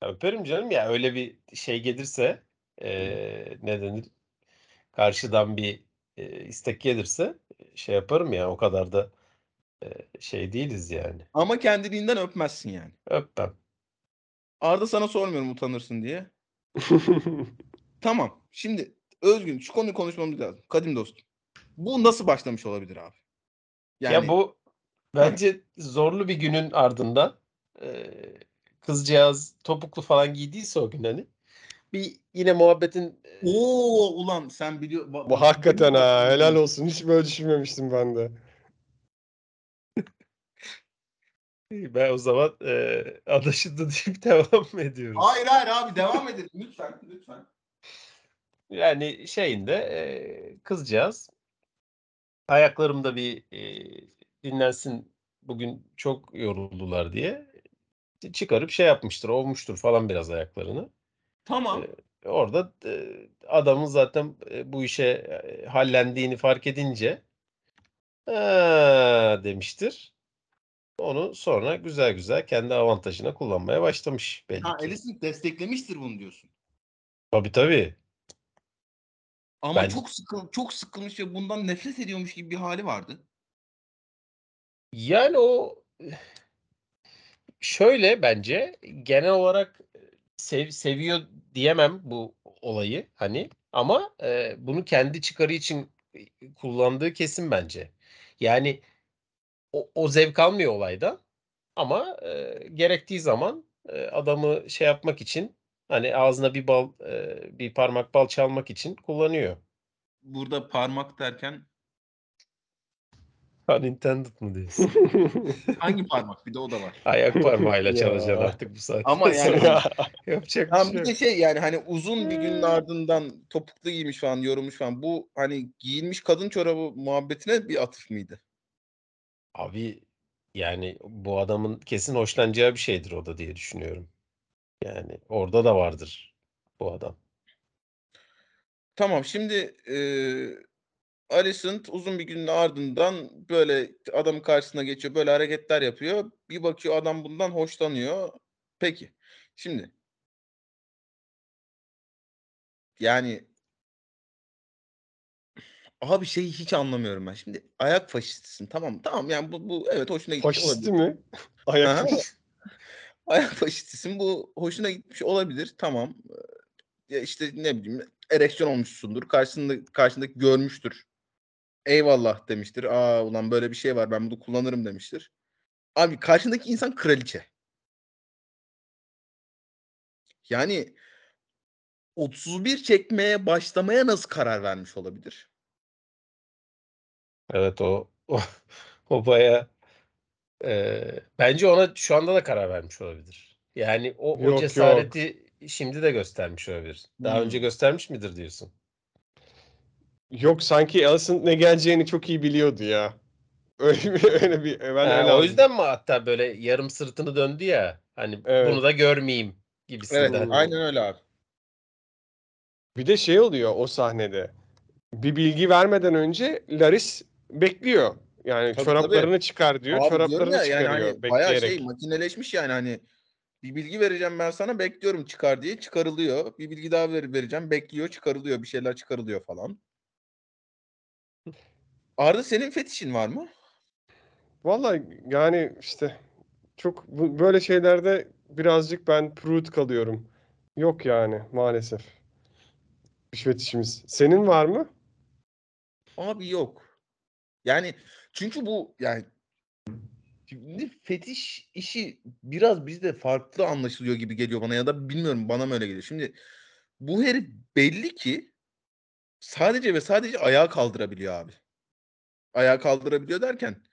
Öperim canım ya, öyle bir şey gelirse eee ne denir? Karşıdan bir eee, istek gelirse şey yaparım ya, o kadar da eee, şey değiliz yani. Ama kendiliğinden öpmezsin yani. Öpmem. Arda sana sormuyorum utanırsın diye. Tamam. Şimdi Özgün şu konuyu konuşmamız lazım. Kadim dostum. Bu nasıl başlamış olabilir abi? Ya Yani bu heh. bence zorlu bir günün ardından eee, kızcağız topuklu falan giydiyse o gün hani bir yine muhabbetin Oo ulan sen biliyor ba- Bu ba- hakikaten benim de ha. aklıma Helal gelmiş. olsun. Hiç böyle düşünmemiştim ben de. ben o zaman eee adaşıdı deyip devam mı ediyoruz? Hayır hayır abi devam edelim lütfen lütfen. Yani şeyinde eee, kızcağız ayaklarımda bir eee, dinlensin, bugün çok yoruldular diye çıkarıp şey yapmıştır, ovmuştur falan biraz ayaklarını. Tamam. Eee, orada eee, adamın zaten eee, bu işe eee, hallendiğini fark edince "Ha!" demiştir. Onu sonra güzel güzel kendi avantajına kullanmaya başlamış belli Ha ki. Alicent desteklemiştir bunu diyorsun. Tabii tabii. Ama Bence çok sıkıl çok sıkılmış ve bundan nefret ediyormuş gibi bir hali vardı. yani o şöyle bence genel olarak sev seviyor diyemem bu olayı hani ama, eee, bunu kendi çıkarı için, eee, kullandığı kesin bence. Yani o o zevk almıyor olaydan ama, eee, gerektiği zaman, eee, adamı şey yapmak için, hani, ağzına bir bal, eee, bir parmak bal çalmak için kullanıyor. Burada parmak derken Pun intended mı diyorsun? hangi parmak? Bir de o da var. Ayak parmağıyla çalacaksın Ya. artık bu saatten Ama yani sonra. Ya. hani Yapacak bir tam şey bir yok. de şey yani hani uzun bir günün ardından topuklu giymiş falan, yorulmuş falan. Bu hani giyilmiş kadın çorabı muhabbetine bir atıf mıydı? Abi, yani, bu adamın kesin hoşlanacağı bir şeydir o da diye düşünüyorum. Yani, orada da vardır bu adam. Tamam şimdi, eee, Alicent uzun bir günün ardından böyle adamın karşısına geçiyor, böyle hareketler yapıyor. Bir bakıyor adam bundan hoşlanıyor. Peki, şimdi yani abi şeyi hiç anlamıyorum ben. Şimdi ayak faşistisin tamam mı? Tamam yani bu bu evet hoşuna gitmiş olabilir. Faşisti mi? Hı Ayak hı. faşisti. Ayak faşistisin bu hoşuna gitmiş olabilir tamam. Ya, işte, ne bileyim ereksiyon olmuşsundur. Karşısında karşındaki görmüştür. "Eyvallah." demiştir. "A, ulan böyle bir şey var, ben bunu kullanırım." demiştir. Abi karşındaki insan kraliçe. Yani otuz bir çekmeye başlamaya nasıl karar vermiş olabilir? Evet, o o o bayağı, eee, bence ona şu anda da karar vermiş olabilir. Yani, o o Yok yok. cesareti şimdi de göstermiş olabilir. Daha önce Hımm. göstermiş midir diyorsun? Yok sanki Alicent ne geleceğini çok iyi biliyordu ya. Öyle bir öyle bir ben He, öyle o aldım. yüzden mi hatta böyle yarım sırtını döndü ya, hani, bunu Evet. da görmeyeyim Evet, gibisinden. Hımm. aynen öyle abi. Bir de şey oluyor o sahnede. Bir bilgi vermeden önce Laris bekliyor. Yani Tabii, tabii. çoraplarını çıkar diyor. Abi diyorum Çoraplarını ya, yani, hani, çıkarıyor bayağı şey bekleyerek. makineleşmiş yani, hani, bir bilgi vereceğim ben sana, bekliyorum çıkar diye, çıkarılıyor. Bir bilgi daha ver vereceğim, bekliyor, çıkarılıyor. Bir şeyler çıkarılıyor falan. Arda senin fetişin var mı? Vallahi yani işte çok bu böyle şeylerde birazcık ben prude kalıyorum. Yok yani maalesef bir fetişimiz. Senin var mı? Abi yok. Yani çünkü bu yani şimdi fetiş işi biraz bizde farklı anlaşılıyor gibi geliyor bana ya da bilmiyorum bana mı öyle geliyor. Şimdi bu herif belli ki sadece ve sadece ayağı kaldırabiliyor abi. Ayağı kaldırabiliyor derken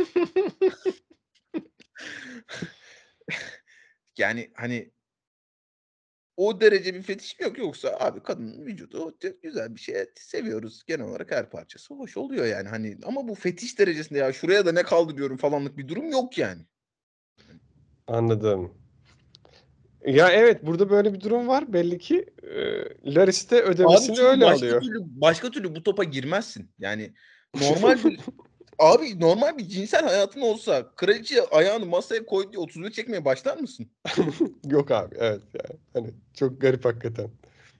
yani hani o derece bir fetişim yok. Yoksa abi kadının vücudu çok güzel bir şey. Seviyoruz. Genel olarak her parçası hoş oluyor yani hani ama bu fetiş derecesinde ya şuraya da ne kaldırıyorum falanlık bir durum yok yani. Anladım. Ya evet burada böyle bir durum var. Belli ki eee Laris de Abi ödemesini çünkü öyle başka alıyor. türlü başka türlü bu topa girmezsin. Yani normal bir Abi normal bir cinsel hayatın olsa kraliçe ayağını masaya koy diye otuz bir çekmeye başlar mısın? Yok abi, evet yani. Hani çok garip hakikaten.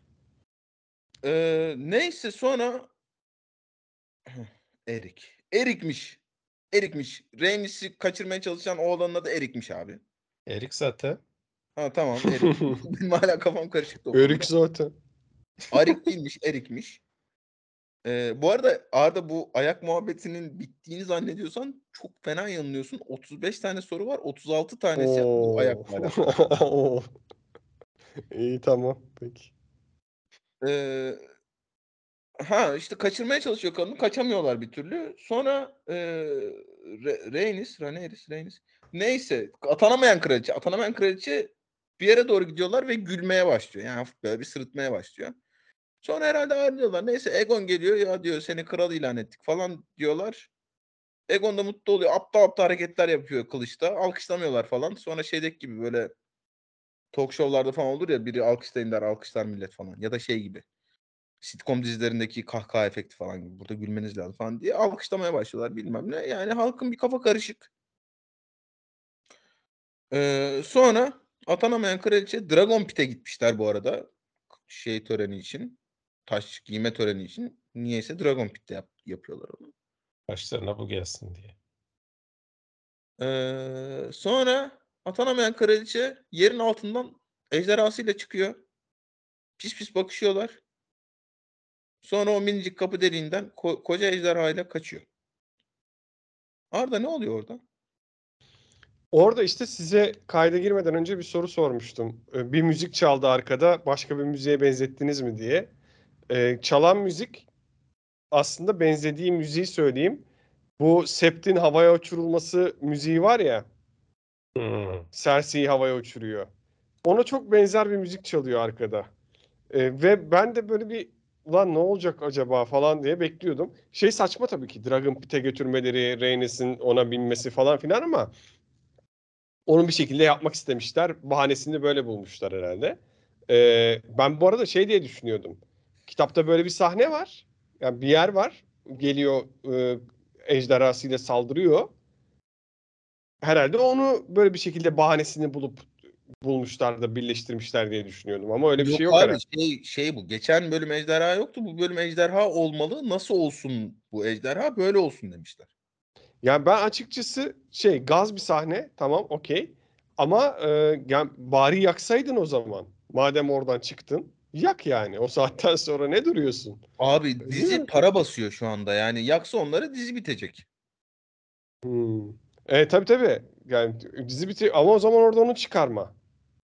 Ee, neyse sonra Erik. Erik'miş. Erik'miş. Rhaenys'i kaçırmaya çalışan oğlanın adı Erik'miş abi. Erik zaten. Ha tamam Erik. Benim hala kafam karışıktı o Erik konuda. zaten. Arik değilmiş, Erik'miş. Ee, bu arada Arda bu ayak muhabbetinin bittiğini zannediyorsan çok fena yanılıyorsun. otuz beş tane soru var. otuz altı tanesi bu Oo. ayakla alakalı. Oo. İyi, tamam peki. Ee, ha işte kaçırmaya çalışıyor kadını. Kaçamıyorlar bir türlü. Sonra e, Re- Rhaenys, Rhaenyra, Rhaenys. Neyse atanamayan kraliçe. Atanamayan kraliçe bir yere doğru gidiyorlar ve gülmeye başlıyor. Yani hafif böyle bir sırıtmaya başlıyor. Sonra herhalde ayrılıyorlar. Neyse Aegon geliyor ya diyor seni kral ilan ettik falan diyorlar. Aegon da mutlu oluyor. Aptal aptal hareketler yapıyor kılıçta. Alkışlamıyorlar falan. Sonra şeydeki gibi böyle talk show'larda falan olur ya biri alkışlayın der alkışlar millet falan. Ya da şey gibi. Sitcom dizilerindeki kahkaha efekti falan gibi. Burada gülmeniz lazım falan diye alkışlamaya başlıyorlar bilmem ne. Yani halkın bir kafa karışık. Ee, sonra atanamayan kraliçe Dragon Pit'e gitmişler bu arada. Şey töreni için. Taş giyme töreni için. Niyeyse Dragon Pit'te yap- yapıyorlar onu. Başlarına bu gelsin diye. Ee, sonra atanamayan kraliçe yerin altından ejderhasıyla çıkıyor. Pis pis bakışıyorlar. Sonra o minicik kapı deliğinden ko- koca ejderhayla kaçıyor. Arda ne oluyor orada? Orada işte size kayda girmeden önce bir soru sormuştum. Ee, Bir müzik çaldı arkada. Başka bir müziğe benzettiniz mi diye. Ee, çalan müzik aslında benzediği müziği söyleyeyim. Bu Sept'in havaya uçurulması müziği var ya. Hmm. Cersei'yi havaya uçuruyor. Ona çok benzer bir müzik çalıyor arkada. Ee, ve ben de böyle bir ulan ne olacak acaba falan diye bekliyordum. Şey saçma tabii ki Dragon Pit'e götürmeleri, Rhaenys'in ona binmesi falan filan ama onu bir şekilde yapmak istemişler. Bahanesini böyle bulmuşlar herhalde. Ee, ben bu arada şey diye düşünüyordum. Kitapta böyle bir sahne var. Yani bir yer var. Geliyor e, ejderhasıyla saldırıyor. Herhalde onu böyle bir şekilde bahanesini bulup bulmuşlar da birleştirmişler diye düşünüyordum. Ama öyle bir Yok şey yok abi herhalde. şey şey bu. Geçen bölüm ejderha yoktu. Bu bölüm ejderha olmalı. Nasıl olsun bu ejderha? Böyle olsun demişler. Yani ben açıkçası şey gaz bir sahne tamam okey. Ama e, yani bari yaksaydın o zaman. Madem oradan çıktın. Yak yani. O saatten sonra ne duruyorsun? Abi Değil dizi mi? para basıyor şu anda. Yani yaksa onları dizi bitecek. Hmm. E tabii tabii. Yani dizi bitiyor ama o zaman orada onu çıkarma.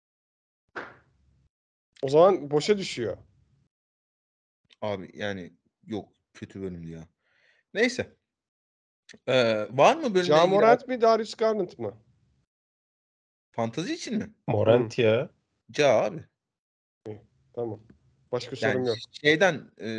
O zaman boşa düşüyor. Abi yani yok kötü bölümdü ya. Neyse. Ee, var mı bölümle Ja ilgili Morant mi Darius Garland mı? fantazi için mi? Hmm. Morantia. Ca abi. İyi, tamam. Başka Yani sorum yok. şeyden e,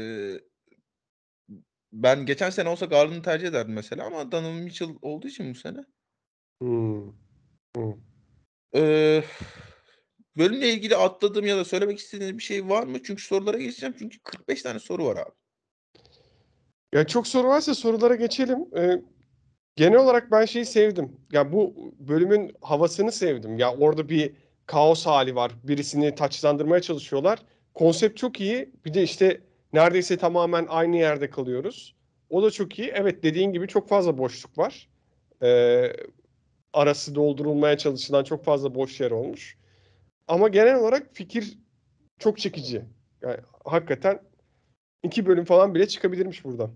ben geçen sene olsa Garland'ı tercih ederdim mesela ama Donovan Mitchell olduğu için bu sene. Hmm. Hmm. Ee, bölümle ilgili atladığım ya da söylemek istediğiniz bir şey var mı? Çünkü sorulara geçeceğim. Çünkü kırk beş tane soru var abi. Ya çok soru varsa sorulara geçelim. Ee, genel olarak ben şeyi sevdim. Ya bu bölümün havasını sevdim. Ya orada bir kaos hali var. Birisini taçlandırmaya çalışıyorlar. Konsept çok iyi. Bir de işte neredeyse tamamen aynı yerde kalıyoruz. O da çok iyi. Evet dediğin gibi çok fazla boşluk var. Ee, arası doldurulmaya çalışılan çok fazla boş yer olmuş. Ama genel olarak fikir çok çekici. Yani hakikaten iki bölüm falan bile çıkabilirmiş buradan.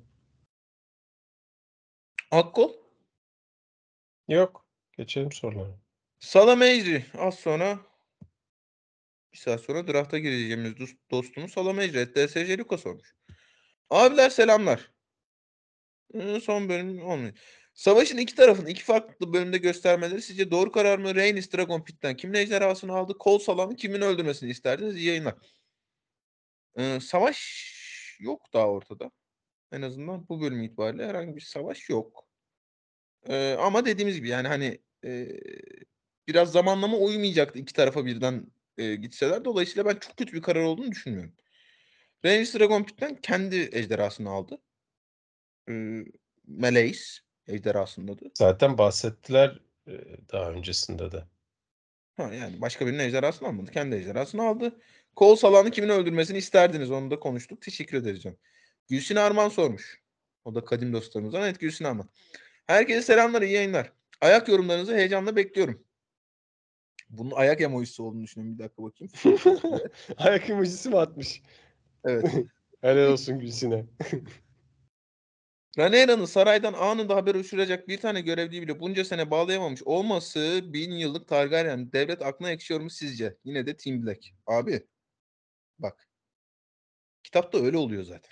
Akkol. Yok. Geçelim sorulara. Salamecri. Az sonra bir saat sonra draft'a gireceğimiz dost- dostumuz Salamecri. D S J Luka sormuş. Abiler selamlar. Ee, son bölüm olmuyor. Savaşın iki tarafın iki farklı bölümde göstermeleri sizce doğru karar mı? Rhaenys Dragon Pit'ten kimin ejderhasını aldı? Kol Salan'ı kimin öldürmesini isterdiniz? İyi yayınlar. Ee, savaş yok daha ortada. En azından bu bölüm itibariyle herhangi bir savaş yok. Ee, ama dediğimiz gibi yani hani e, biraz zamanlama uymayacaktı iki tarafa birden e, gitseler. Dolayısıyla ben çok kötü bir karar olduğunu düşünmüyorum. Rhaenys Dragon Pit'ten kendi ejderhasını aldı. Ee, Meleys. ejderhasında da. Zaten bahsettiler e, daha öncesinde de. Ha, yani başka birinin ejderhasını almadı. Kendi ejderhasını aldı. Kol salanı kimin öldürmesini isterdiniz? Onu da konuştuk. Teşekkür ederiz canım. Gülsün Arman sormuş. O da kadim dostlarımızdan. Evet, Gülsün Arman. Herkese selamlar, iyi yayınlar. Ayak yorumlarınızı heyecanla bekliyorum. Bunun ayak emojisi olduğunu düşünüyorum. Bir dakika bakayım. Evet. Ayak emojisi mi atmış? Evet. Helal olsun Gülsün'e. Rhaenyra'nın saraydan anında haber uçuracak bir tane görevliyi bile bunca sene bağlayamamış olması bin yıllık Targaryen devlet aklına yakışıyor mu sizce? Yine de Team Black. Abi bak. Kitapta öyle oluyor zaten.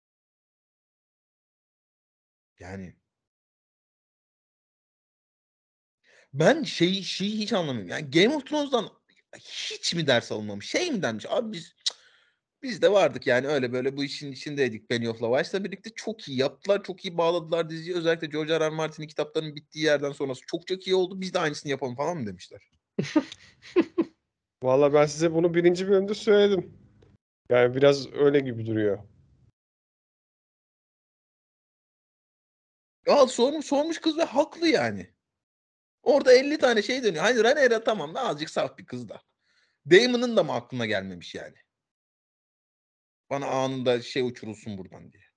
Yani ben şeyi, şeyi hiç anlamıyorum. Yani Game of Thrones'dan hiç mi ders alınmamış? Şey mi denmiş? Abi biz biz de vardık yani öyle böyle bu işin içindeydik Benioff Weiss'la birlikte. Çok iyi yaptılar. Çok iyi bağladılar diziyi. Özellikle George R. R. Martin'in kitaplarının bittiği yerden sonrası çok çok iyi oldu. Biz de aynısını yapalım falan mı demişler? Vallahi ben size bunu birinci bölümde söyledim. Yani biraz öyle gibi duruyor. Ya sormuş, sormuş kız ve haklı yani. Orada elli tane şey dönüyor. Hani Rhaenyra tamam da azıcık saf bir kız da. Daemon'ın da mı aklına gelmemiş yani? Bana anında şey uçurulsun buradan diye.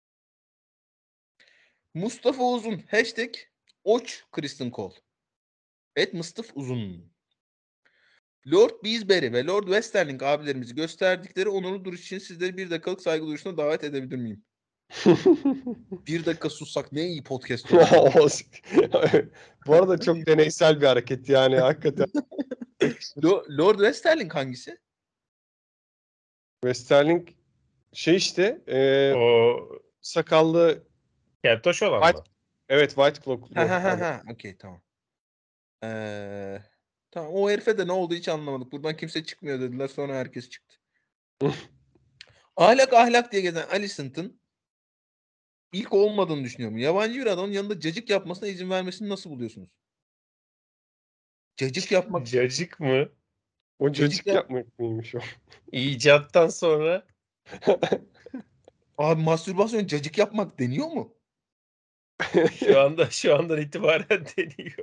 Mustafa Uzun. Hashtag Oç Kristen Cole. Et Mustafa Uzun. Lord Beesbury ve Lord Westerling abilerimizi gösterdikleri onurlu duruş için sizleri bir dakikalık saygı duruşuna davet edebilir miyim? Bir dakika sussak ne iyi podcast olur. Bu arada çok deneysel bir hareket yani hakikaten. Lo- Lord Westerling hangisi? Westerling şey işte e, O sakallı keltoş olan White, mı? evet White Cloak'lu. Ha ha ha Hani ha. Okey tamam. Ee, tamam o herife de ne oldu hiç anlamadık. Buradan kimse çıkmıyor dediler. Sonra herkes çıktı. Ahlak ahlak diye gezen Alicent'ın ilk olmadığını düşünüyorum. Yabancı bir adamın yanında cacık yapmasına izin vermesini nasıl buluyorsunuz? Cacık yapmak. Cacık mı? o Cacık cacık yap. yapmak mıymış o? İcattan sonra Abi mastürbasyon cacık yapmak deniyor mu? şu anda şu andan itibaren deniyor.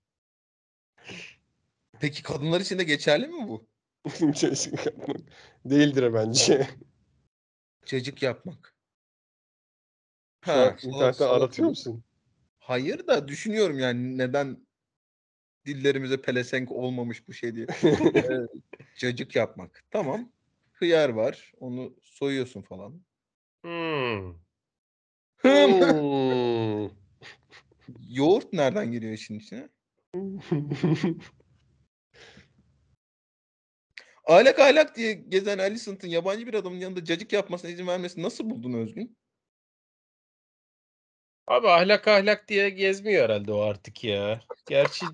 Peki kadınlar için de geçerli mi bu? Cacık yapmak değildir bence. Cacık yapmak. Şu an Ha, sal- internetten aratıyor salatalık. musun? Hayır da düşünüyorum yani neden dillerimize pelesenk olmamış bu şey diye. Evet, cacık yapmak. Tamam. Hıyar var. Onu soyuyorsun falan. Hmm. Hım. Hmm. Yoğurt nereden giriyor işin içine? Ahlak ahlak diye gezen Alicent'ın yabancı bir adamın yanında cacık yapmasına izin vermesini nasıl buldun Özgün? Abi ahlak ahlak diye gezmiyor herhalde o artık ya. Gerçi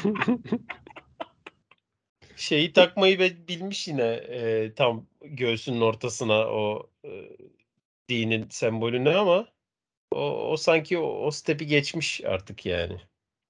şeyi takmayı be- bilmiş yine e, tam göğsünün ortasına o e, dinin sembolünü ama o, o sanki o, o stepi geçmiş artık yani.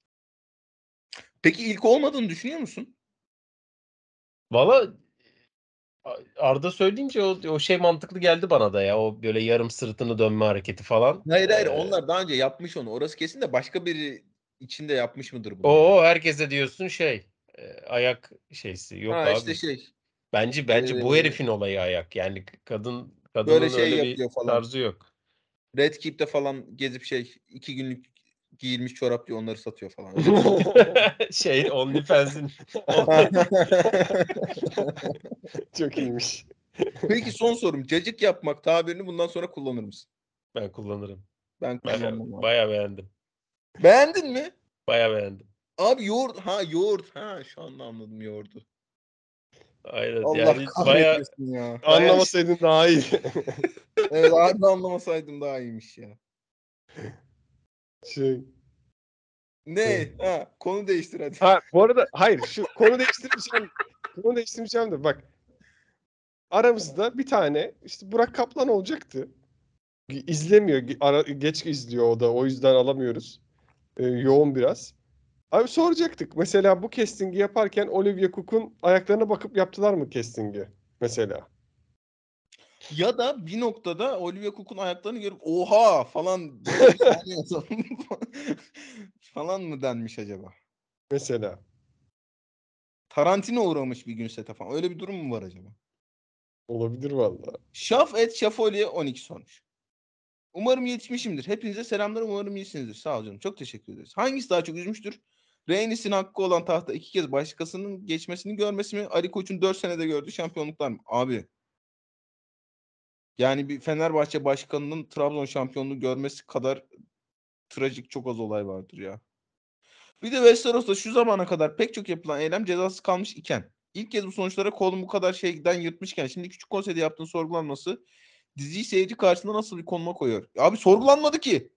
Peki ilk olmadığını düşünüyor musun? Valla Arda söyleyince o, o şey mantıklı geldi bana da ya. O böyle yarım sırtını dönme hareketi falan. Hayır hayır Ee, onlar daha önce yapmış onu. Orası kesin de başka biri içinde yapmış mıdır bunu yani? o herkese diyorsun şey e, ayak şeysi. Yok Ha işte abi. şey Bence bence bu ee, herifin olayı ayak. Yani kadın böyle kadının şey öyle bir yapıyor falan. tarzı yok. Red Keep'te falan gezip şey iki günlük giyilmiş çorap diyor onları satıyor falan. Öyle bir şey. Şey OnlyFans'in Çok iyiymiş. Peki son sorum. Cacık yapmak tabirini bundan sonra kullanır mısın? ben kullanırım. Ben Baya, kullanmam abi. baya beğendim. Beğendin mi? Baya beğendim. Abi yoğurt. Ha yoğurt. Ha şu anda anladım yoğurdu. Aynen Allah yani baya kahretmesin ya. baya Anlamasaydın daha iyi. Evet abi anlamasaydım daha iyiymiş ya. Şey. Ne? Ha konu değiştir hadi. Ha bu arada hayır şu konu değiştirmeyeceğim. Konu değiştirmeyeceğim de bak. Aramızda bir tane işte Burak Kaplan olacaktı. İzlemiyor. ge- Ara, geç izliyor o da. O yüzden alamıyoruz. Ee, yoğun biraz. Abi soracaktık. Mesela bu casting'i yaparken Olivia Cook'un ayaklarına bakıp yaptılar mı casting'i? Mesela. Ya da bir noktada Olivia Cook'un ayaklarını görüp oha falan böyle bir sahne yazalım falan mı denmiş acaba? Mesela. Tarantino uğramış bir gün sete falan. Öyle bir durum mu var acaba? Olabilir vallahi. Şaf et Şafoliye on iki sormuş. Umarım yetişmişimdir. Hepinize selamlar. Umarım iyisinizdir. Sağ ol canım. Çok teşekkür ederiz. Hangisi daha çok üzmüştür? Reynis'in hakkı olan tahta iki kez başkasının geçmesini görmesi mi? Ali Koç'un dört senede gördüğü şampiyonluklar mı? Abi. Yani bir Fenerbahçe başkanının Trabzon şampiyonluğu görmesi kadar trajik çok az olay vardır ya. Bir de Westeros'ta şu zamana kadar pek çok yapılan eylem cezasız kalmış iken ilk kez bu sonuçlara kolun bu kadar şeyden yırtmışken şimdi küçük konseyde yaptığın sorgulanması diziyi seyirci karşısında nasıl bir konuma koyuyor? Abi sorgulanmadı ki.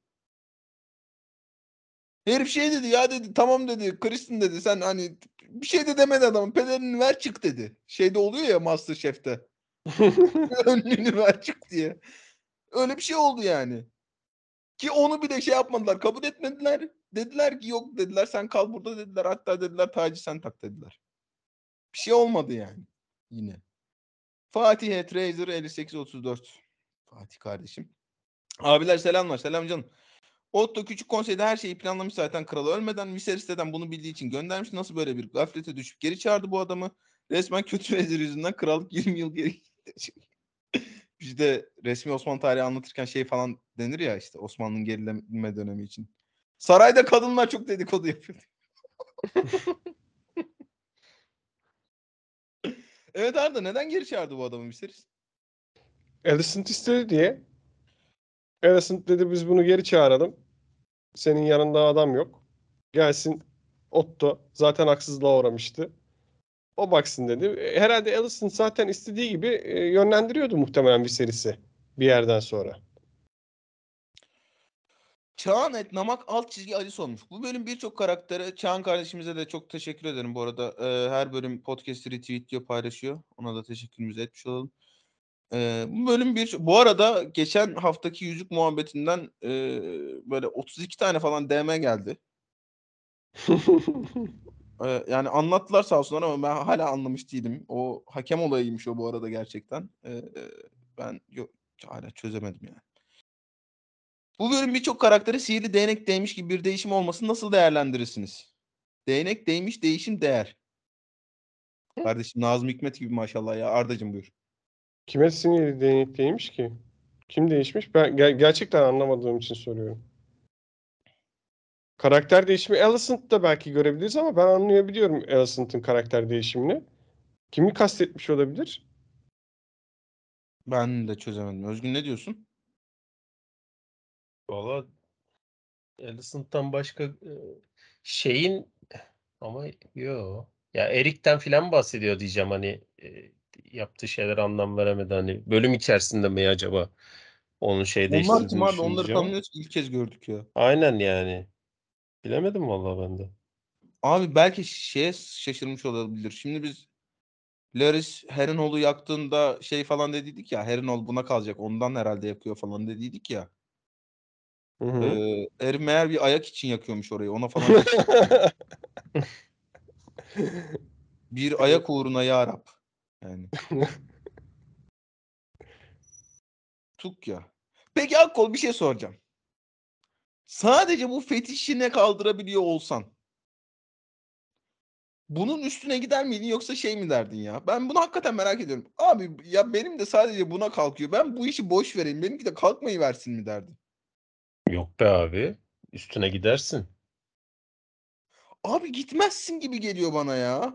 Herif şey dedi ya dedi tamam dedi Kristen dedi sen hani bir şey de demedi adamın pelerini ver çık dedi. Şeyde oluyor ya MasterChef'te. Önlüğünü ver çık diye. Öyle bir şey oldu yani. Ki onu bile şey yapmadılar kabul etmediler. Dediler ki yok dediler sen kal burada dediler. Hatta dediler tacı sen tak dediler. Bir şey olmadı yani yine. Fatih Trazer elli sekiz otuz dört. Fatih kardeşim. Abiler selamlar. Selam canım. Otto küçük konseyde her şeyi planlamış zaten kralı ölmeden. Viserys'ten bunu bildiği için göndermiş. Nasıl böyle bir gaflete düşüp geri çağırdı bu adamı? Resmen kötü vezir yüzünden krallık yirmi yıl geri gitti. Bizde resmi Osmanlı tarihi anlatırken şey falan denir ya işte Osmanlı'nın gerileme dönemi için. Sarayda kadınlar çok dedikodu yapıyor. Evet Arda neden geri çağırdı bu adamı Viserys? Alicent istedi diye. Alicent dedi biz bunu geri çağıralım. Senin yanında adam yok. Gelsin Otto. Zaten haksızlığa uğramıştı. O baksın dedi. Herhalde Alicent zaten istediği gibi e, yönlendiriyordu muhtemelen Viserys'i bir yerden sonra. Çağan et namak alt çizgi Ali sormuş. Bu bölüm birçok karaktere Çağan kardeşimize de çok teşekkür ederim bu arada. Ee, her bölüm podcast'i retweetliyor paylaşıyor. Ona da teşekkürümüzü etmiş olalım. Ee, bu bölüm bir bu arada geçen haftaki yüzük muhabbetinden e, böyle otuz iki tane falan D M geldi. Ee, yani anlattılar sağ olsunlar ama ben hala anlamış değilim. O hakem olayıymış o bu arada gerçekten. Ee, ben yok hala çözemedim yani. Bu bölüm birçok karaktere sihirli değnek değmiş gibi bir değişim olmasını nasıl değerlendirirsiniz? Değnek değmiş değişim değer. Kardeşim Nazım Hikmet gibi maşallah ya. Ardacığım buyur. Kime sinirli değnekliymiş ki? Kim değişmiş? Ben ger- gerçekten anlamadığım için soruyorum. Karakter değişimi Alicent'da belki görebiliriz ama ben anlayabiliyorum Alicent'ın karakter değişimini. Kimi kastetmiş olabilir? Ben de çözemedim. Özgün ne diyorsun? Valla Alicent'tan başka e, şeyin ama yo. Ya Erik'ten filan bahsediyor diyeceğim hani e, yaptığı şeyler anlam veremedi hani bölüm içerisinde mi acaba onun şey Onlar kim değiştirdiğini abi? düşündü Onları diyeceğim ama tanımıyoruz ki ilk kez gördük ya. aynen yani bilemedim vallahi ben de. Abi belki şeye şaşırmış olabilir. Şimdi biz Larys Harrenhal'u yaktığında şey falan dediydik ya. Harrenhal buna kalacak. Ondan herhalde yakıyor falan dediydik ya. Hı hı. Ee, herif meğer bir ayak için yakıyormuş orayı. Ona falan şaşırdım. Bir Evet. ayak uğruna ya Rab. Yani. Tuk ya. Peki Akkol bir şey soracağım. Sadece bu fetişine kaldırabiliyor olsan bunun üstüne gider miydin yoksa şey mi derdin ya? Ben bunu hakikaten merak ediyorum. Abi ya benim de sadece buna kalkıyor. Ben bu işi boş vereyim. Benimki de kalkmayı versin mi derdin? Yok be abi üstüne gidersin. Abi gitmezsin gibi geliyor bana ya.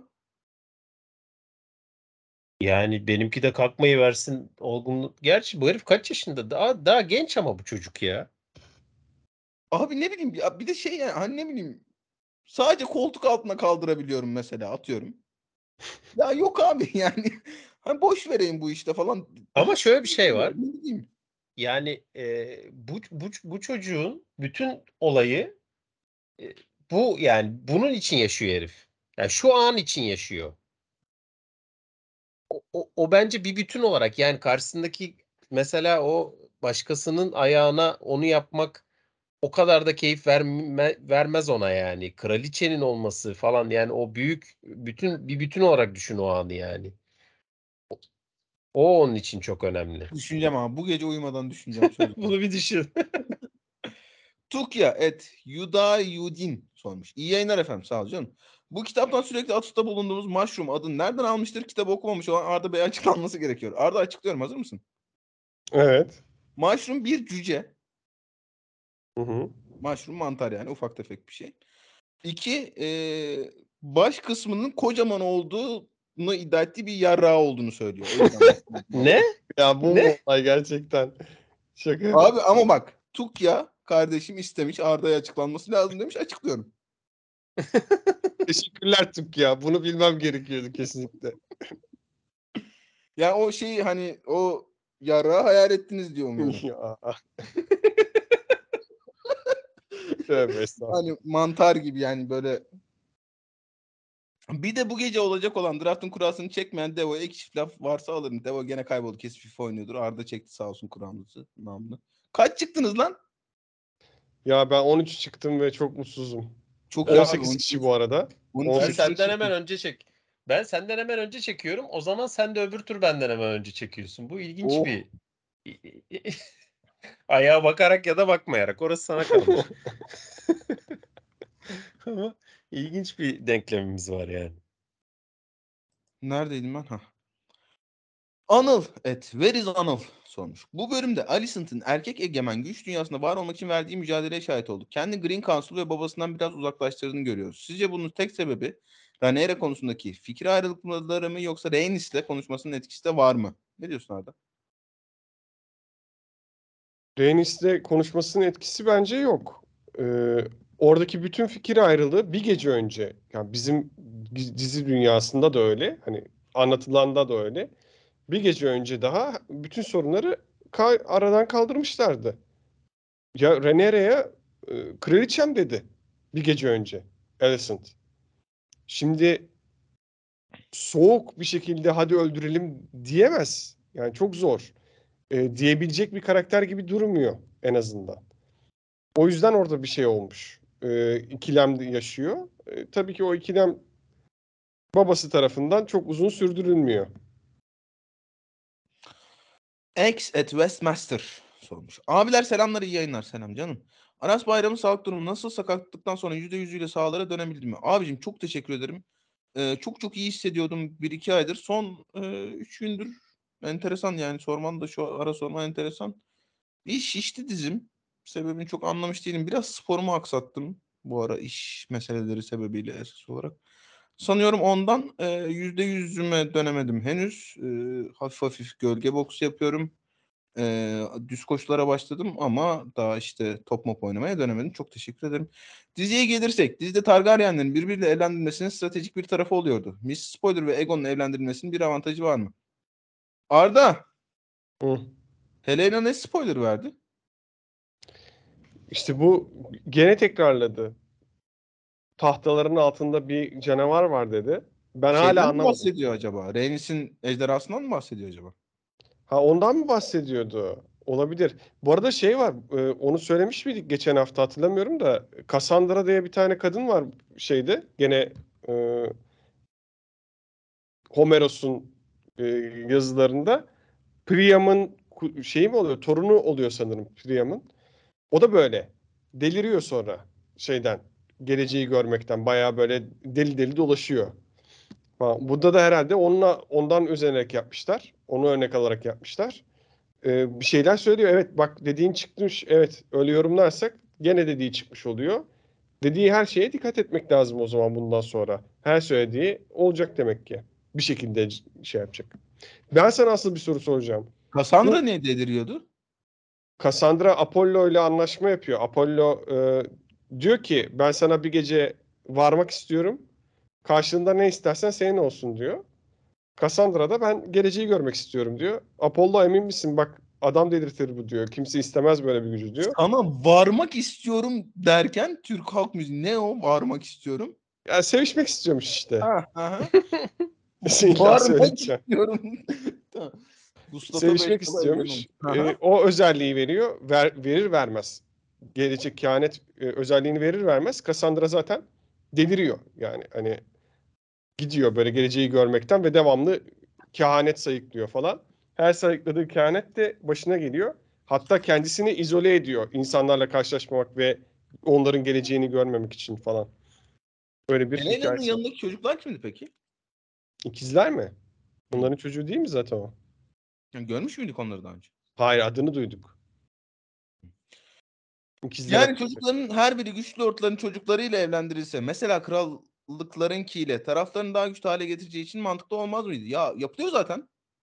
Yani benimki de kalkmayı versin olgunluk. Gerçi bu herif kaç yaşında? Daha daha genç ama bu çocuk ya. Abi ne bileyim ya bir de şey yani hani ne bileyim sadece koltuk altına kaldırabiliyorum mesela atıyorum. Ya yok abi yani hani boş vereyim bu işte falan. Ama şöyle bir şey var. Ne bileyim. Yani e, bu, bu bu çocuğun bütün olayı e, bu yani bunun için yaşıyor herif. Yani şu an için yaşıyor. O, o, o bence bir bütün olarak yani karşısındaki mesela o başkasının ayağına onu yapmak o kadar da keyif verme, vermez ona yani. Kraliçenin olması falan yani o büyük bütün bir bütün olarak düşün o anı yani. O onun için çok önemli. Düşüneceğim ama bu gece uyumadan düşüneceğim. Söz. Bunu bir düşün. Tukya et Yudayudin sormuş. İyi yayınlar efendim, sağ ol canım. Bu kitaptan sürekli atıfta bulunduğumuz Mushroom adını nereden almıştır? Kitabı okumamış olan Arda Bey açıklanması gerekiyor. Arda, açıklıyorum, hazır mısın? Evet. Mushroom bir cüce. Hı hı. Mushroom mantar, yani ufak tefek bir şey. İki, e, baş kısmının kocaman olduğunu iddia ettiği bir yarrağı olduğunu söylüyor. O yüzden Ne? Ya bu Ne? mu olay gerçekten? Şaka. Abi ama bak, Tukya kardeşim istemiş, Arda'ya açıklanması lazım demiş, açıklıyorum. Teşekkürler Tuk ya. Bunu bilmem gerekiyordu kesinlikle. Yani o şeyi, hani o yarrağı hayal ettiniz diyor umuyorum. Ya. Tövbe estağfurullah. Hani mantar gibi yani, böyle. Bir de bu gece olacak olan draftın kurasını çekmeyen Devo'ya iki çift laf varsa alırım. Devo gene kayboldu. Kesin FIFA oynuyordur. Arda çekti sağ olsun kuramızı. Namlı. Kaç çıktınız lan? Ya ben on üç çıktım ve çok mutsuzum. Çok iyi on abi. sekiz on üç kişi bu arada. on üç Ben on sekiz senden çıktı. hemen önce çek. Ben senden hemen önce çekiyorum. O zaman sen de öbür tur benden hemen önce çekiyorsun. Bu ilginç Oh. bir ayağa bakarak ya da bakmayarak. Orası sana kalmış. Ama ilginç bir denklemimiz var yani. Neredeydim ben? Ha. Anıl et. Where is Anıl? Sormuş. Bu bölümde Alicent'ın erkek egemen güç dünyasında var olmak için verdiği mücadeleye şahit olduk. Kendi Green Council ve babasından biraz uzaklaştırdığını görüyoruz. Sizce bunun tek sebebi Rhaenyra konusundaki fikir ayrılıkları mı, yoksa Rhaenys'le konuşmasının etkisi de var mı? Ne diyorsun Arda? Rhaenys'le konuşmasının etkisi bence yok. Ee, oradaki bütün fikir ayrılığı bir gece önce. Yani bizim dizi dünyasında da öyle. Hani anlatılanda da öyle. Bir gece önce daha bütün sorunları ka- aradan kaldırmışlardı. Ya Rhaenyra'ya e, kraliçem dedi bir gece önce Alicent. Şimdi soğuk bir şekilde hadi öldürelim diyemez. Yani çok zor. E, diyebilecek bir karakter gibi durmuyor en azından. O yüzden orada bir şey olmuş. E, ikilem yaşıyor. E, tabii ki o ikilem babası tarafından çok uzun sürdürülmüyor. X at Westmaster sormuş. Abiler selamlar, iyi yayınlar. Selam canım. Aras Bayram'ın sağlık durumu nasıl? Sakatlıktan sonra yüzde yüzüyle sahalara dönebildi mi? Abicim çok teşekkür ederim. Ee, çok çok iyi hissediyordum bir iki aydır. Son üç gündür enteresan, yani sorman da şu ara sorman enteresan. Bir şişti dizim. Sebebini çok anlamış değilim. Biraz sporumu aksattım bu ara iş meseleleri sebebiyle esas olarak. Sanıyorum ondan e, yüzde yüzüme dönemedim henüz. E, hafif hafif gölge boks yapıyorum. E, düz koşulara başladım ama daha işte top mop oynamaya dönemedim. Çok teşekkür ederim. Diziye gelirsek, dizide Targaryenlerin birbiriyle evlendirilmesinin stratejik bir tarafı oluyordu. Miss Spoiler ve Aegon'un evlendirilmesinin bir avantajı var mı? Arda, Hı. Helena ne spoiler verdi? İşte bu gene tekrarladı. Tahtaların altında bir canavar var dedi. Ben hala Şeyden mi anlamadım. bahsediyor acaba? Rhaenys'in ejderhasından mı bahsediyor acaba? Ha ondan mı bahsediyordu? Olabilir. Bu arada şey var, e, onu söylemiş miydik geçen hafta hatırlamıyorum da Cassandra diye bir tane kadın var şeyde gene e, Homeros'un e, yazılarında. Priam'ın ku- şeyi mi oluyor? Torunu oluyor sanırım Priam'ın. O da böyle deliriyor sonra şeyden geleceği görmekten bayağı böyle deli deli dolaşıyor. Ha, burada da herhalde onunla ondan özenerek yapmışlar. Onu örnek alarak yapmışlar. Ee, bir şeyler söylüyor. Evet bak dediğin çıkmış. Evet öyle yorumlarsak gene dediği çıkmış oluyor. Dediği her şeye dikkat etmek lazım o zaman bundan sonra. Her söylediği olacak demek ki. Bir şekilde c- şey yapacak. Ben sana asıl bir soru soracağım. Cassandra Bu ne deliriyordu? Cassandra Apollo ile anlaşma yapıyor. Apollo e, diyor ki ben sana bir gece varmak istiyorum. Karşılığında ne istersen senin olsun diyor. Cassandra da ben geleceği görmek istiyorum diyor. Apollo emin misin bak adam delirtir bu diyor. Kimse istemez böyle bir gücü diyor. Sana varmak istiyorum derken Türk halk müziği ne o? Varmak istiyorum. Ya sevişmek istiyormuş işte. Ha, aha. İlla Varmak söyleyeceğim. istiyorum. Tamam. Mustafa Sevişmek Bey'le evlen istiyormuş. olmuş. Aha. E, o özelliği veriyor. Ver, verir vermez. Gelecek kehanet e, özelliğini verir vermez. Cassandra zaten deliriyor. Yani hani gidiyor böyle geleceği görmekten ve devamlı kehanet sayıklıyor falan. Her sayıkladığı kehanet de başına geliyor. Hatta kendisini izole ediyor insanlarla karşılaşmamak ve onların geleceğini görmemek için falan. Böyle bir Helene'nin hikayesi var. yanındaki çocuklar kimdi peki? İkizler mi? Bunların çocuğu değil mi zaten o? Yani görmüş müydük onları daha önce? Hayır, adını duyduk. İkizler Yani hakkında. çocukların her biri güçlü lordların çocuklarıyla evlendirilse, mesela krallıklarınkiyle taraflarını daha güçlü hale getireceği için mantıklı olmaz mıydı? Ya yapılıyor zaten.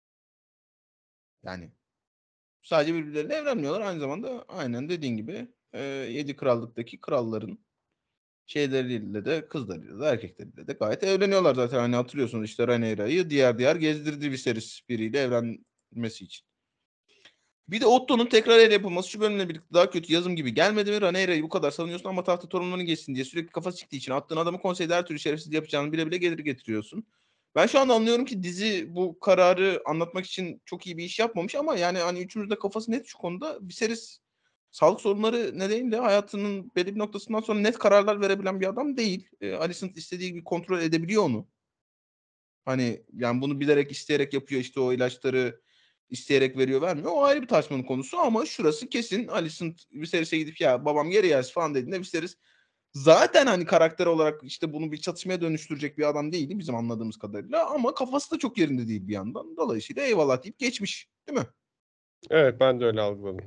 Yani sadece birbirleriyle evlenmiyorlar. Aynı zamanda aynen dediğin gibi e, yedi krallıktaki kralların şeyleriyle de kızlarıyla da erkekleriyle de gayet evleniyorlar zaten. Hani hatırlıyorsunuz işte Rhaenyra'yı diğer diğer gezdirdi Viserys biriyle evlenmesi için. Bir de Otto'nun tekrar el yapılması şu bölümle birlikte daha kötü yazım gibi gelmedi mi? Rhaenyra'yı bu kadar savunuyorsun ama tahta torunlarını geçsin diye sürekli kafası çıktığı için attığın adamı konseyde her türlü şerefsiz yapacağını bile bile gelir getiriyorsun. Ben şu anda anlıyorum ki dizi bu kararı anlatmak için çok iyi bir iş yapmamış ama yani hani üçümüz de kafası net şu konuda. Viserys sağlık sorunları nedeniyle hayatının belli bir noktasından sonra net kararlar verebilen bir adam değil. E, Alicent istediği gibi kontrol edebiliyor onu. Hani yani bunu bilerek isteyerek yapıyor işte o ilaçları isteyerek veriyor vermiyor. O ayrı bir tartışmanın konusu ama şurası kesin Alicent Viserys'e gidip ya babam geri gelsin falan dediğinde Viserys zaten hani karakter olarak işte bunu bir çatışmaya dönüştürecek bir adam değildi bizim anladığımız kadarıyla ama kafası da çok yerinde değil bir yandan. Dolayısıyla eyvallah deyip geçmiş değil mi? Evet, ben de öyle algıladım.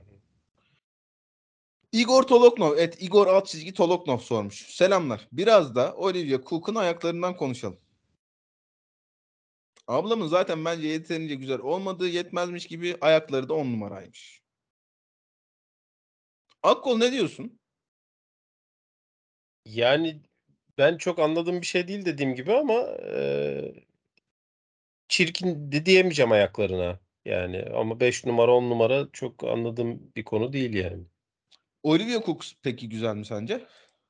Igor Toloknov, evet Igor alt çizgi Toloknov sormuş. Selamlar. Biraz da Olivia Cook'un ayaklarından konuşalım. Ablamın zaten bence yeterince güzel olmadığı yetmezmiş gibi ayakları da on numaraymış. Akkol ne diyorsun? Yani ben çok anladığım bir şey değil dediğim gibi ama e, çirkin de diyemeyeceğim ayaklarına. Yani ama beş numara on numara çok anladığım bir konu değil yani. Olivia Cook peki güzel mi sence?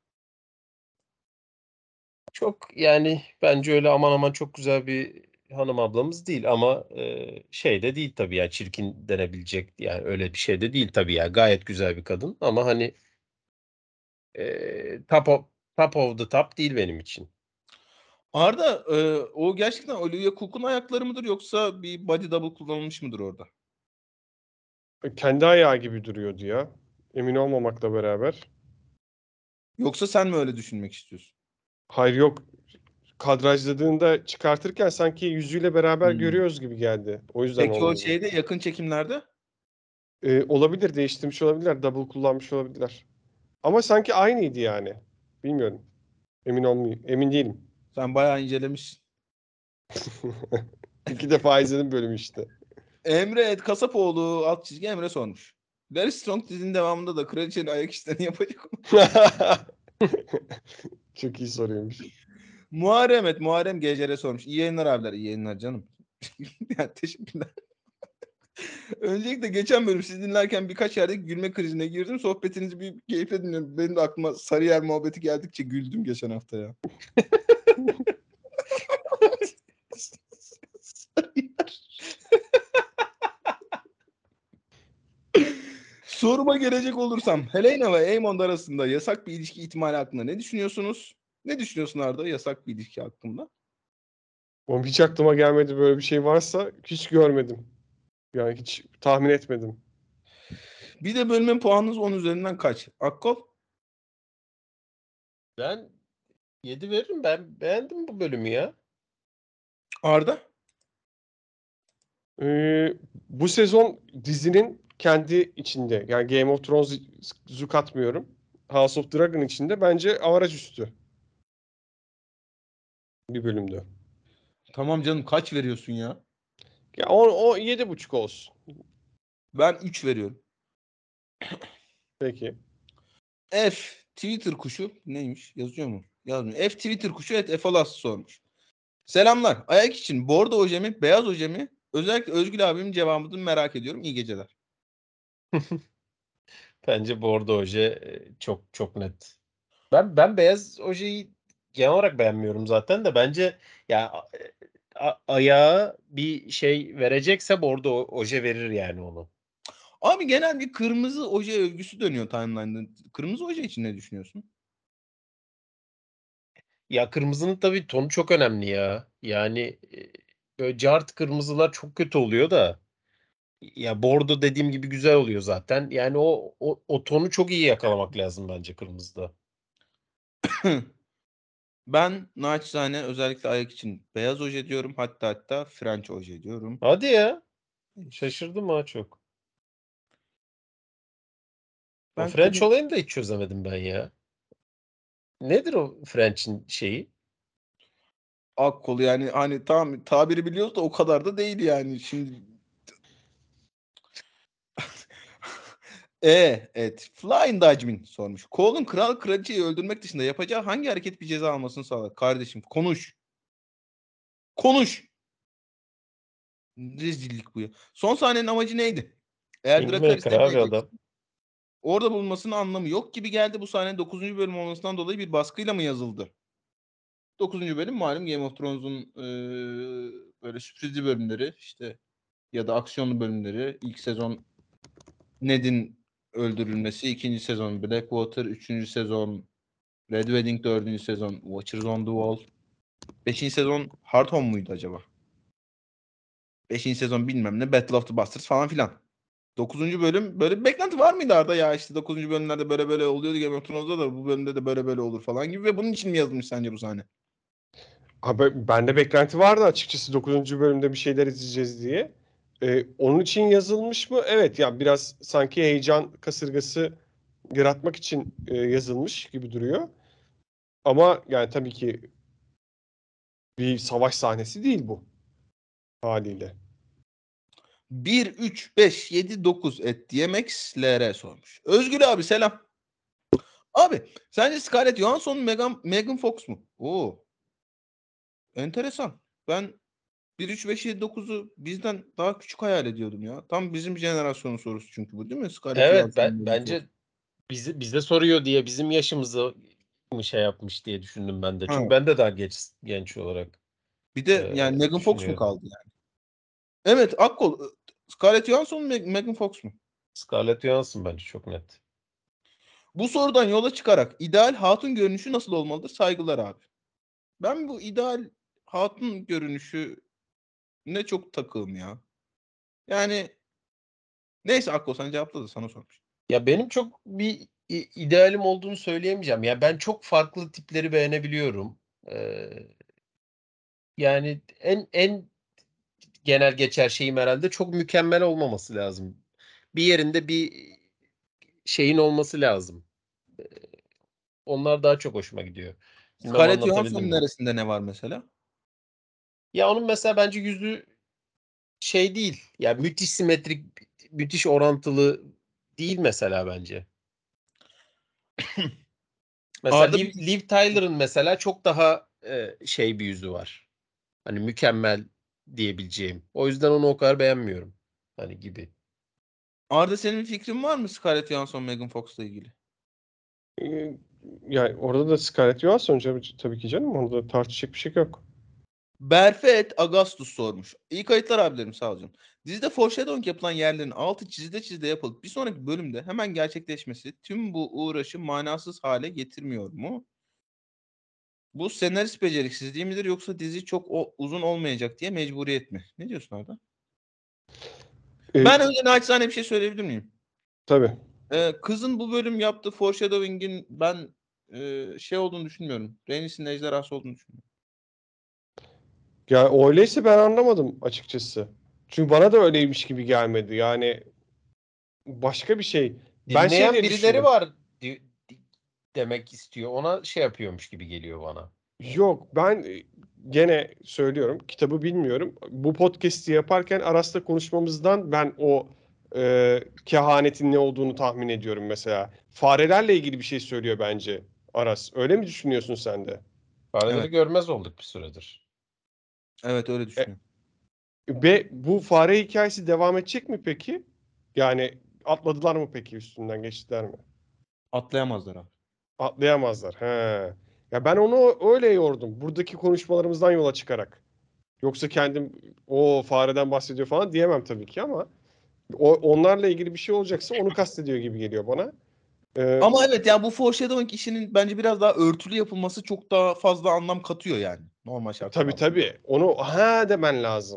Çok yani bence öyle aman aman çok güzel bir hanım ablamız değil ama e, şey de değil tabii yani çirkin denebilecek yani öyle bir şey de değil tabii ya gayet güzel bir kadın ama hani e, top of, top of the top değil benim için. Arda e, o gerçekten Olivia Cook'un ayakları mıdır yoksa bir body double kullanılmış mıdır orada? Kendi ayağı gibi duruyordu ya. Emin olmamakla beraber. Yoksa sen mi öyle düşünmek istiyorsun? Hayır, yok. Kadrajladığında çıkartırken sanki yüzüyle beraber Hmm. görüyoruz gibi geldi. O yüzden Peki o olabilir. şeyde yakın çekimlerde? Ee, olabilir, değiştirmiş olabilirler. Double kullanmış olabilirler. Ama sanki aynıydı yani. Bilmiyorum. Emin olmayayım. Emin değilim. Sen bayağı incelemişsin. İki defa izledim bölümü işte. Emre Ed Kasapoğlu alt çizgi Emre sormuş. Very Strong dizinin devamında da kraliçenin ayak işlerini yapacak mı? Çok iyi soruymuş. Muharrem et Muharrem G C R sormuş. İyi yayınlar abiler. İyi yayınlar canım. Yani teşekkürler. Öncelikle geçen bölüm sizi dinlerken birkaç yerde gülme krizine girdim. Sohbetinizi büyük bir keyifle dinliyorum. Benim de aklıma Sarıyer muhabbeti geldikçe güldüm geçen hafta ya. Soruma gelecek olursam Helena ve Aemond arasında yasak bir ilişki ihtimali hakkında ne düşünüyorsunuz? Ne düşünüyorsun Arda yasak bir ilişki hakkında? Oğlum hiç aklıma gelmedi, böyle bir şey varsa hiç görmedim. Yani hiç tahmin etmedim. Bir de bölümün puanınız on üzerinden kaç? Akkol? Ben yedi veririm ben beğendim bu bölümü ya. Arda? Ee, bu sezon dizinin kendi içinde, yani Game of Thrones'u katmıyorum, House of Dragon içinde bence averaj üstü bir bölümdü. Tamam canım kaç veriyorsun ya? Ya o, o yedi buçuk olsun. Ben üç veriyorum. Peki. F Twitter kuşu neymiş? Yazıyor mu? Yazmıyor. F Twitter kuşu et Efolas sormuş. Selamlar. Ayak için bordo oje mi, beyaz oje mi? Özellikle Özgül abimin cevabını merak ediyorum. İyi geceler. Bence bordo oje e, çok çok net. Ben ben beyaz ojeyi genel olarak beğenmiyorum zaten de bence ya a- a- ayağa bir şey verecekse bordo oje verir yani onu. Abi genel bir kırmızı oje övgüsü dönüyor timeline'da. Kırmızı oje için ne düşünüyorsun? Ya kırmızının tabii tonu çok önemli ya. Yani e, böyle cart kırmızılar çok kötü oluyor da. Ya bordo dediğim gibi güzel oluyor zaten. Yani o, o, o tonu çok iyi yakalamak lazım bence kırmızıda. Ben naçizane özellikle ayak için beyaz oje diyorum. Hatta hatta French oje diyorum. Hadi ya. Şaşırdım ha çok. O Ben French kırmızı olayını da hiç çözemedim ben ya. Nedir o French'in şeyi? ak kolu yani hani tam tabiri biliyoruz da o kadar da değil yani. Şimdi e evet. Flying Dutchman sormuş. Cole'un kral kraliçeyi öldürmek dışında yapacağı hangi hareket bir ceza almasını sağlar? Kardeşim konuş. Konuş. Rezillik bu ya. Son sahnenin amacı neydi? Eğer Dracarys Kingmaker abi demeyecek. adam. Orada bulunmasının anlamı yok gibi geldi. Bu sahnenin dokuzuncu bölüm olmasından dolayı bir baskıyla mı yazıldı? dokuzuncu bölüm malum Game of Thrones'un e, böyle sürprizli bölümleri işte ya da aksiyonlu bölümleri. İlk sezon Ned'in öldürülmesi, ikinci sezon Blackwater, üçüncü sezon Red Wedding, dördüncü sezon Watchers on the Wall, beşinci sezon Hard Home muydu acaba? beşinci sezon bilmem ne Battle of the Bastards falan filan. dokuzuncu bölüm böyle bir beklenti var mıydı Arda ya işte dokuzuncu bölümlerde böyle böyle oluyordu Game of Thrones'da da bu bölümde de böyle böyle olur falan gibi ve bunun için mi yazılmış sence bu sahne? Abi bende beklenti vardı açıkçası dokuzuncu bölümde bir şeyler izleyeceğiz diye. Ee, onun için yazılmış mı? Evet ya biraz sanki heyecan kasırgası yaratmak için e, yazılmış gibi duruyor. Ama yani tabii ki bir savaş sahnesi değil bu haliyle. bir, üç, beş, yedi, dokuz et D M X L R sormuş. Özgür abi selam. Abi sence Scarlett Johansson mu Megan, Megan Fox mu? Oo. Enteresan. Ben bir, üç, beş, yedi, dokuzu bizden daha küçük hayal ediyordum ya. Tam bizim jenerasyonun sorusu çünkü bu değil mi? Scarlett Evet Johansson ben, mu Megan Fox? bence bizi, bize soruyor diye bizim yaşımızı mı şey yapmış diye düşündüm ben de. Ha. Çünkü ben de daha geç genç olarak Bir de e, yani Megan Fox mu düşünüyordum. kaldı yani? Evet Akkol. Scarlett Johansson mu Meg- Megan Fox mu? Scarlett Johansson bence çok net. Bu sorudan yola çıkarak ideal hatun görünüşü nasıl olmalıdır? Saygılar abi. Ben bu ideal hatun görünüşü ne çok takığım ya. Yani neyse Akko sen cevapla da sana sormuş. Ya benim çok bir i- idealim olduğunu söyleyemeyeceğim. Ya ben çok farklı tipleri beğenebiliyorum. Ee, yani en en genel geçer şeyim herhalde çok mükemmel olmaması lazım. Bir yerinde bir şeyin olması lazım. Onlar daha çok hoşuma gidiyor. Bilmem Scarlett anlatabildim Johansson'un mi? neresinde ne var mesela? Ya onun mesela bence yüzü şey değil. Ya müthiş simetrik, müthiş orantılı değil mesela bence. Mesela Arda Liv, Liv Tyler'ın mesela çok daha e, şey bir yüzü var. Hani mükemmel diyebileceğim. O yüzden onu o kadar beğenmiyorum. Hani gibi. Arda senin bir fikrin var mı Scarlett Johansson Megan Fox'la ilgili? Ee, yani orada da Scarlett Johansson tabii tabii ki canım. Orada tartışacak bir şey yok. Berfet Augustus sormuş. İyi kayıtlar abilerim sağ olun. Dizide foreshadowing yapılan yerlerin altı çizide çizide yapılıp bir sonraki bölümde hemen gerçekleşmesi tüm bu uğraşı manasız hale getirmiyor mu? Bu senarist beceriksizliği midir yoksa dizi çok o, uzun olmayacak diye mecburiyet mi? Ne diyorsun Arda? Ee, Ben önce naçizane bir şey söyleyebilir miyim? tabii. Ee, kızın bu bölüm yaptığı foreshadowing'in ben e, şey olduğunu düşünmüyorum. Rhaenys'in ejderhası olduğunu düşünmüyorum. Ya öyleyse ben anlamadım açıkçası. Çünkü bana da öyleymiş gibi gelmedi. Yani başka bir şey. Ben şey Dinleyen diye birileri düşündüm. var di- di- demek istiyor. Ona şey yapıyormuş gibi geliyor bana. Yok ben e, gene söylüyorum kitabı bilmiyorum. Bu podcast'i yaparken Aras'la konuşmamızdan ben o e, kehanetin ne olduğunu tahmin ediyorum mesela. Farelerle ilgili bir şey söylüyor bence Aras. Öyle mi düşünüyorsun sen de? Fareleri Evet. görmez olduk bir süredir. Evet öyle E, düşünüyorum. ve bu fare hikayesi devam edecek mi peki? Yani atladılar mı peki üstünden geçtiler mi? Atlayamazlar abi. Atlayamazlar. He. Ya ben onu öyle yordum. Buradaki konuşmalarımızdan yola çıkarak. Yoksa kendim o fareden bahsediyor falan diyemem tabii ki ama o, onlarla ilgili bir şey olacaksa onu kastediyor gibi geliyor bana. Ee, Ama evet ya bu foreshadowing işinin bence biraz daha örtülü yapılması çok daha fazla anlam katıyor yani. Normal şartlar tabii altında. tabii. Onu ha demen lazım.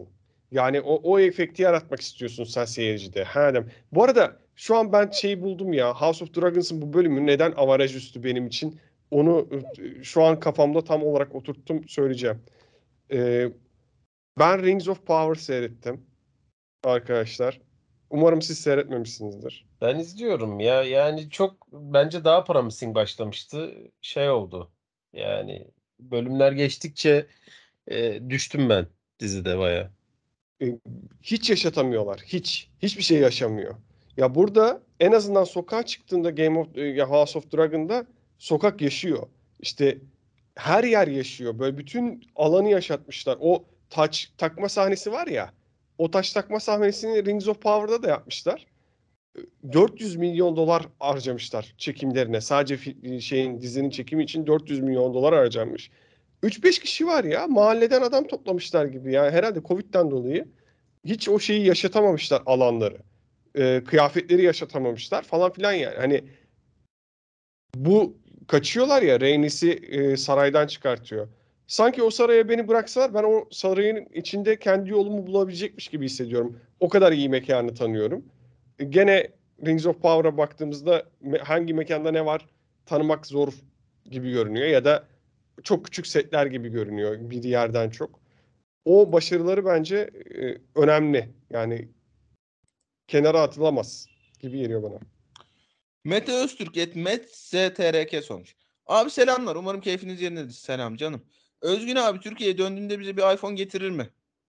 Yani o, o efekti yaratmak istiyorsun sen seyircide. Ha, dem. Bu arada şu an ben şeyi buldum ya. House of Dragons'ın bu bölümü neden avaraj üstü benim için? Onu e, şu an kafamda tam olarak oturttum, söyleyeceğim. Ee, ben Rings of Power seyrettim arkadaşlar. Umarım siz seyretmemişsinizdir. Ben izliyorum ya. Yani çok bence daha promising başlamıştı. Şey oldu. Yani bölümler geçtikçe e, düştüm ben dizide baya. E, hiç yaşatamıyorlar. Hiç. Hiçbir şey yaşamıyor. Ya burada en azından sokağa çıktığında Game of e, ya House of Dragon'da sokak yaşıyor. İşte her yer yaşıyor. Böyle bütün alanı yaşatmışlar. O taç takma sahnesi var ya. O taç takma sahnesini Rings of Power'da da yapmışlar. dört yüz milyon dolar harcamışlar çekimlerine. Sadece fi- şeyin dizinin çekimi için dört yüz milyon dolar harcanmış. üç beş kişi var ya. Mahalleden adam toplamışlar gibi ya. Herhalde Covid'den dolayı hiç o şeyi yaşatamamışlar alanları. Ee, kıyafetleri yaşatamamışlar falan filan yani. Hani bu kaçıyorlar ya, Rhaenys'i e, saraydan çıkartıyor. Sanki o saraya beni bıraksalar ben o sarayın içinde kendi yolumu bulabilecekmiş gibi hissediyorum. O kadar iyi mekanı tanıyorum. E, gene Rings of Power'a baktığımızda me- hangi mekanda ne var tanımak zor gibi görünüyor ya da çok küçük setler gibi görünüyor bir yerden çok. O başarıları bence e, önemli. Yani kenara atılamaz gibi geliyor bana. Mete Öztürk et Met Z T R K sormuş. Abi selamlar. Umarım keyfiniz yerindedir. Selam canım. Özgün abi Türkiye'ye döndüğünde bize bir iPhone getirir mi?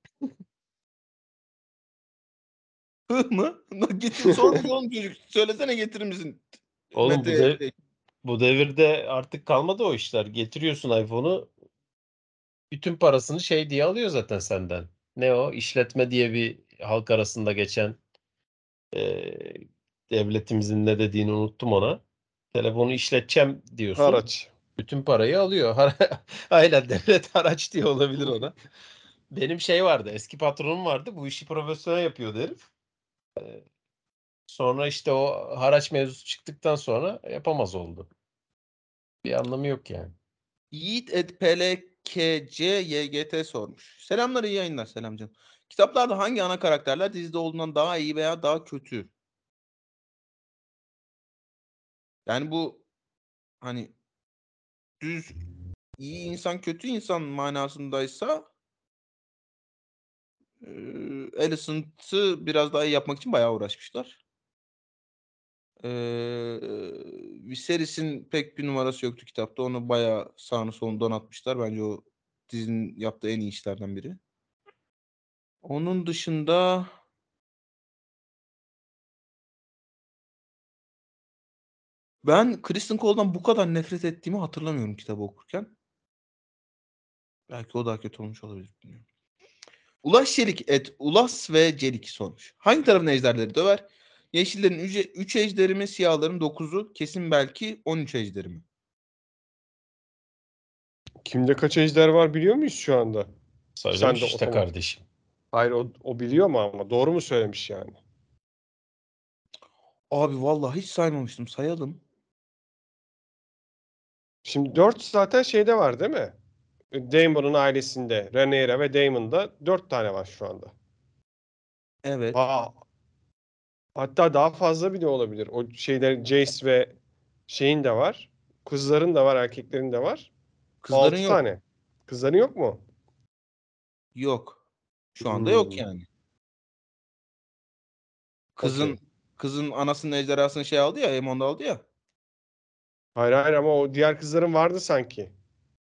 Hı mı? Getir sormuş oğlum çocuk. Söylesene getirir misin? Oğlum bu Mete de bu devirde artık kalmadı o işler. Getiriyorsun iPhone'u, bütün parasını şey diye alıyor zaten senden. Ne o? İşletme diye bir halk arasında geçen, e, devletimizin ne dediğini unuttum ona. Telefonu işleteceğim diyorsun. Haraç. Bütün parayı alıyor. Aynen, devlet haraç diye olabilir ona. Benim şey vardı. Eski patronum vardı. Bu işi profesyonel yapıyordu herif. Sonra işte o haraç mevzusu çıktıktan sonra yapamaz oldu. Bir anlamı yok yani. Yiğit et P L K C Y G T sormuş. Selamlar, iyi yayınlar. Selam canım. Kitaplarda hangi ana karakterler dizide olduğundan daha iyi veya daha kötü? Yani bu hani düz iyi insan kötü insan manasındaysa e, Alicent'ı biraz daha iyi yapmak için bayağı uğraşmışlar. Eee Viserys'in pek bir numarası yoktu kitapta. Onu bayağı sağını solunu donatmışlar. Bence o dizinin yaptığı en iyi işlerden biri. Onun dışında ben Kristen Cole'dan bu kadar nefret ettiğimi hatırlamıyorum kitabı okurken. Belki o daha kötü olmuş olabilir. Bilmiyorum. Ulaş Çelik et Ulas ve Celik sormuş. Hangi tarafın ejderleri döver? Yeşillerin üç ejderi mi? Siyahların dokuzu. Kesin belki on üç ejderi mi? Kimde kaç ejder var biliyor muyuz şu anda? Sen Söylemiş de o işte tamam. kardeşim. Hayır, o, o biliyor mu ama? Doğru mu söylemiş yani? Abi vallahi hiç saymamıştım. Sayalım. Şimdi dört zaten şeyde var değil mi? Daemon'un ailesinde. Rhaenyra ve Daemon'da dört tane var şu anda. Evet. Aa, hatta daha fazla bile olabilir. O şeyler Jace ve şeyin de var. Kızların da var, erkeklerin de var. Kızların Altı yok. tane. Kızların yok mu? Yok. Şu anda yok Hmm, yani. Kızın okey. kızın anasının ejderhasını şey aldı ya, Aemon da aldı ya. Hayır hayır ama o diğer kızların vardı sanki.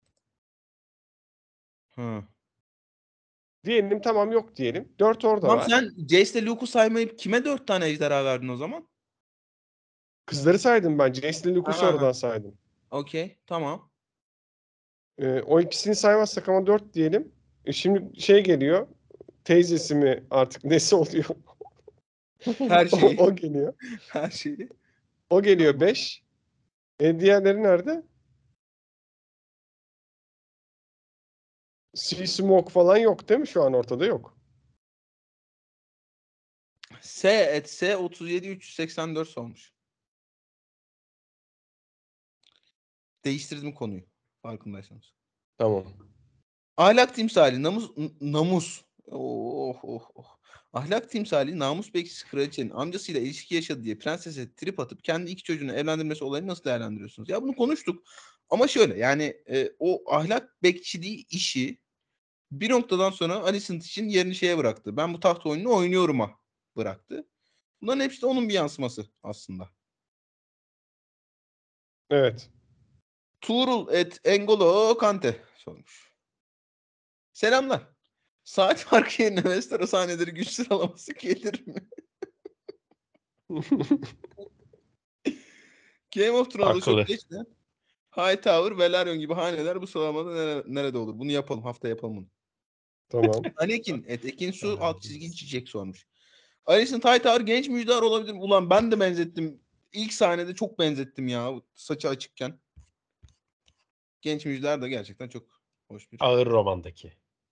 Hı. Diyelim tamam, yok diyelim. Dört orada Tamam, var. sen Jace'le Luke'u saymayıp kime dört tane ejderha verdin o zaman? Kızları saydım ben. Jace'le Ha, Luke'u ha, ha. sonradan saydım. Okey. Tamam. Ee, o ikisini saymazsak ama dört diyelim. E şimdi şey geliyor. Teyzesi mi artık nesi oluyor? Her O, şeyi. o geliyor. Her şeyi. O geliyor Tamam. beş. E diğerleri nerede? Sea Smoke falan yok değil mi? Şu an ortada yok. S et S otuz yedi üç yüz seksen dört olmuş. Değiştirdim konuyu. Farkındaysanız. Tamam. Ahlak timsali namus n- namus Oh oh oh. Ahlak timsali namus bekçisi kraliçenin amcasıyla ilişki yaşadı diye prensese trip atıp kendi iki çocuğunu evlendirmesi olayını nasıl değerlendiriyorsunuz? Ya bunu konuştuk. Ama şöyle yani e, o ahlak bekçiliği işi bir noktadan sonra Alicent için yerini şeye bıraktı. Ben bu taht oyununu oynuyorum'a bıraktı. Bunların hepsi de onun bir yansıması aslında. Evet. Tuğrul et Engolo Kante sormuş. Selamlar. Saat farkı yerine Westeros sahneleri güç sıralaması gelir mi? Game of Thrones'da Haklı. çok geçti. Hightower, Velaryon gibi haneler bu sıralamada nere- nerede olur? Bunu yapalım. Hafta yapalım bunu. Tamam. Anakin, et Ekin Su alt çizgi çiçek sormuş. Alicent Hightower genç müjdar olabilir mi? Ulan ben de benzettim. İlk sahnede çok benzettim ya. Saçı açıkken. Genç müjdar da gerçekten çok hoş bir. Ağır romandaki.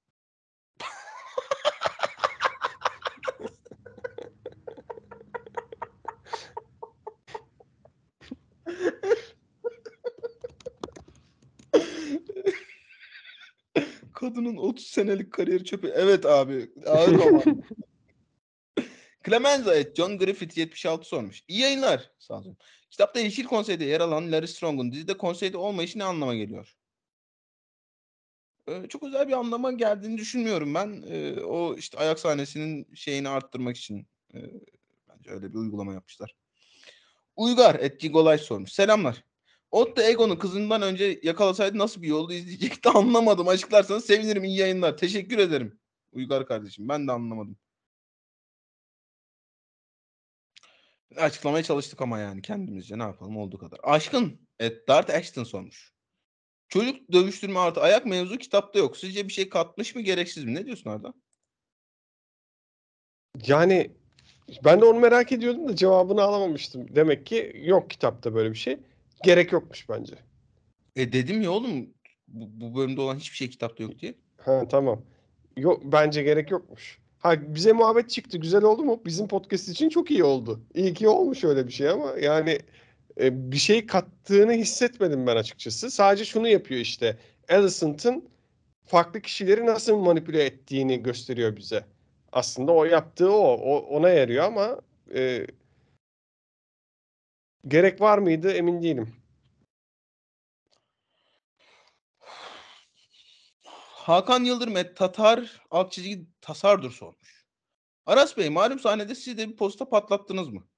Kadının otuz senelik kariyeri çöpe. Evet abi. Ağır roman. Clemenza et John Griffith yetmiş altı sormuş. İyi yayınlar. Sağ olun. Kitapta Yeşil Konsey'de yer alan Larry Strong'un dizide konseyde olmayışı ne anlama geliyor? Ee, çok özel bir anlama geldiğini düşünmüyorum ben. Ee, o işte ayak sahnesinin şeyini arttırmak için e, bence öyle bir uygulama yapmışlar. Uygar et Gigolay sormuş. Selamlar. Otto Egon'u kızından önce yakalasaydı nasıl bir yolda izleyecekti anlamadım. Açıklarsanız sevinirim. İyi yayınlar. Teşekkür ederim. Uygar kardeşim. Ben de anlamadım. Açıklamaya çalıştık ama yani kendimizce ne yapalım olduğu kadar. Aşkın et Dart Ashton sormuş. Çocuk dövüştürme artı ayak mevzu kitapta yok. Sizce bir şey katmış mı gereksiz mi? Ne diyorsun Arda? Yani ben de onu merak ediyordum da cevabını alamamıştım. Demek ki yok kitapta böyle bir şey. Gerek yokmuş bence. E dedim ya oğlum bu, bu bölümde olan hiçbir şey kitapta yok diye. Ha tamam. Yok bence gerek yokmuş. Ha bize muhabbet çıktı. Güzel oldu mu? Bizim podcast için çok iyi oldu. İyi ki olmuş öyle bir şey ama yani e, bir şey kattığını hissetmedim ben açıkçası. Sadece şunu yapıyor işte. Alicent'ın farklı kişileri nasıl manipüle ettiğini gösteriyor bize. Aslında o yaptığı o. o ona yarıyor ama e, gerek var mıydı emin değilim. Hakan Yıldırım et Tatar alt çizgi Tasardur sormuş. Aras Bey malum sahnede siz de bir posta patlattınız mı?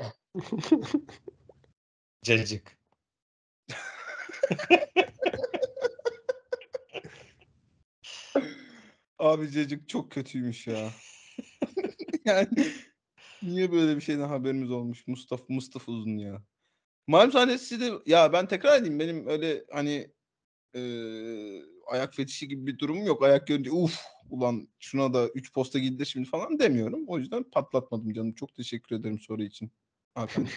Cacık. Abi Cecik çok kötüymüş ya. Yani niye böyle bir şeyden haberimiz olmuş Mustafa Mustafa Uzun ya. Malum sahnede siz de ya ben tekrar edeyim benim öyle hani e, ayak fetişi gibi bir durumum yok. Ayak görünce uf ulan şuna da üç posta gidilir şimdi falan demiyorum. O yüzden patlatmadım canım. Çok teşekkür ederim soru için. Hakan.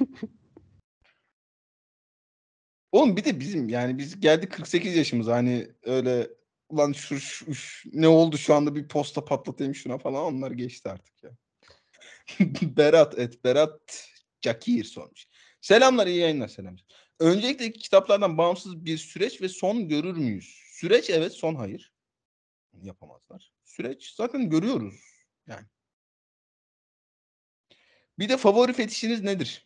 Oğlum bir de bizim yani biz geldik kırk sekiz yaşımıza hani öyle ulan şu, şu, üf, ne oldu şu anda bir posta patlatayım şuna falan onlar geçti artık ya. Berat et Berat Cakir sormuş. Selamlar iyi yayınlar selamlar. Öncelikle kitaplardan bağımsız bir süreç ve son görür müyüz? Süreç evet son hayır. Yapamazlar. Süreç zaten görüyoruz yani. Bir de favori fetişiniz nedir?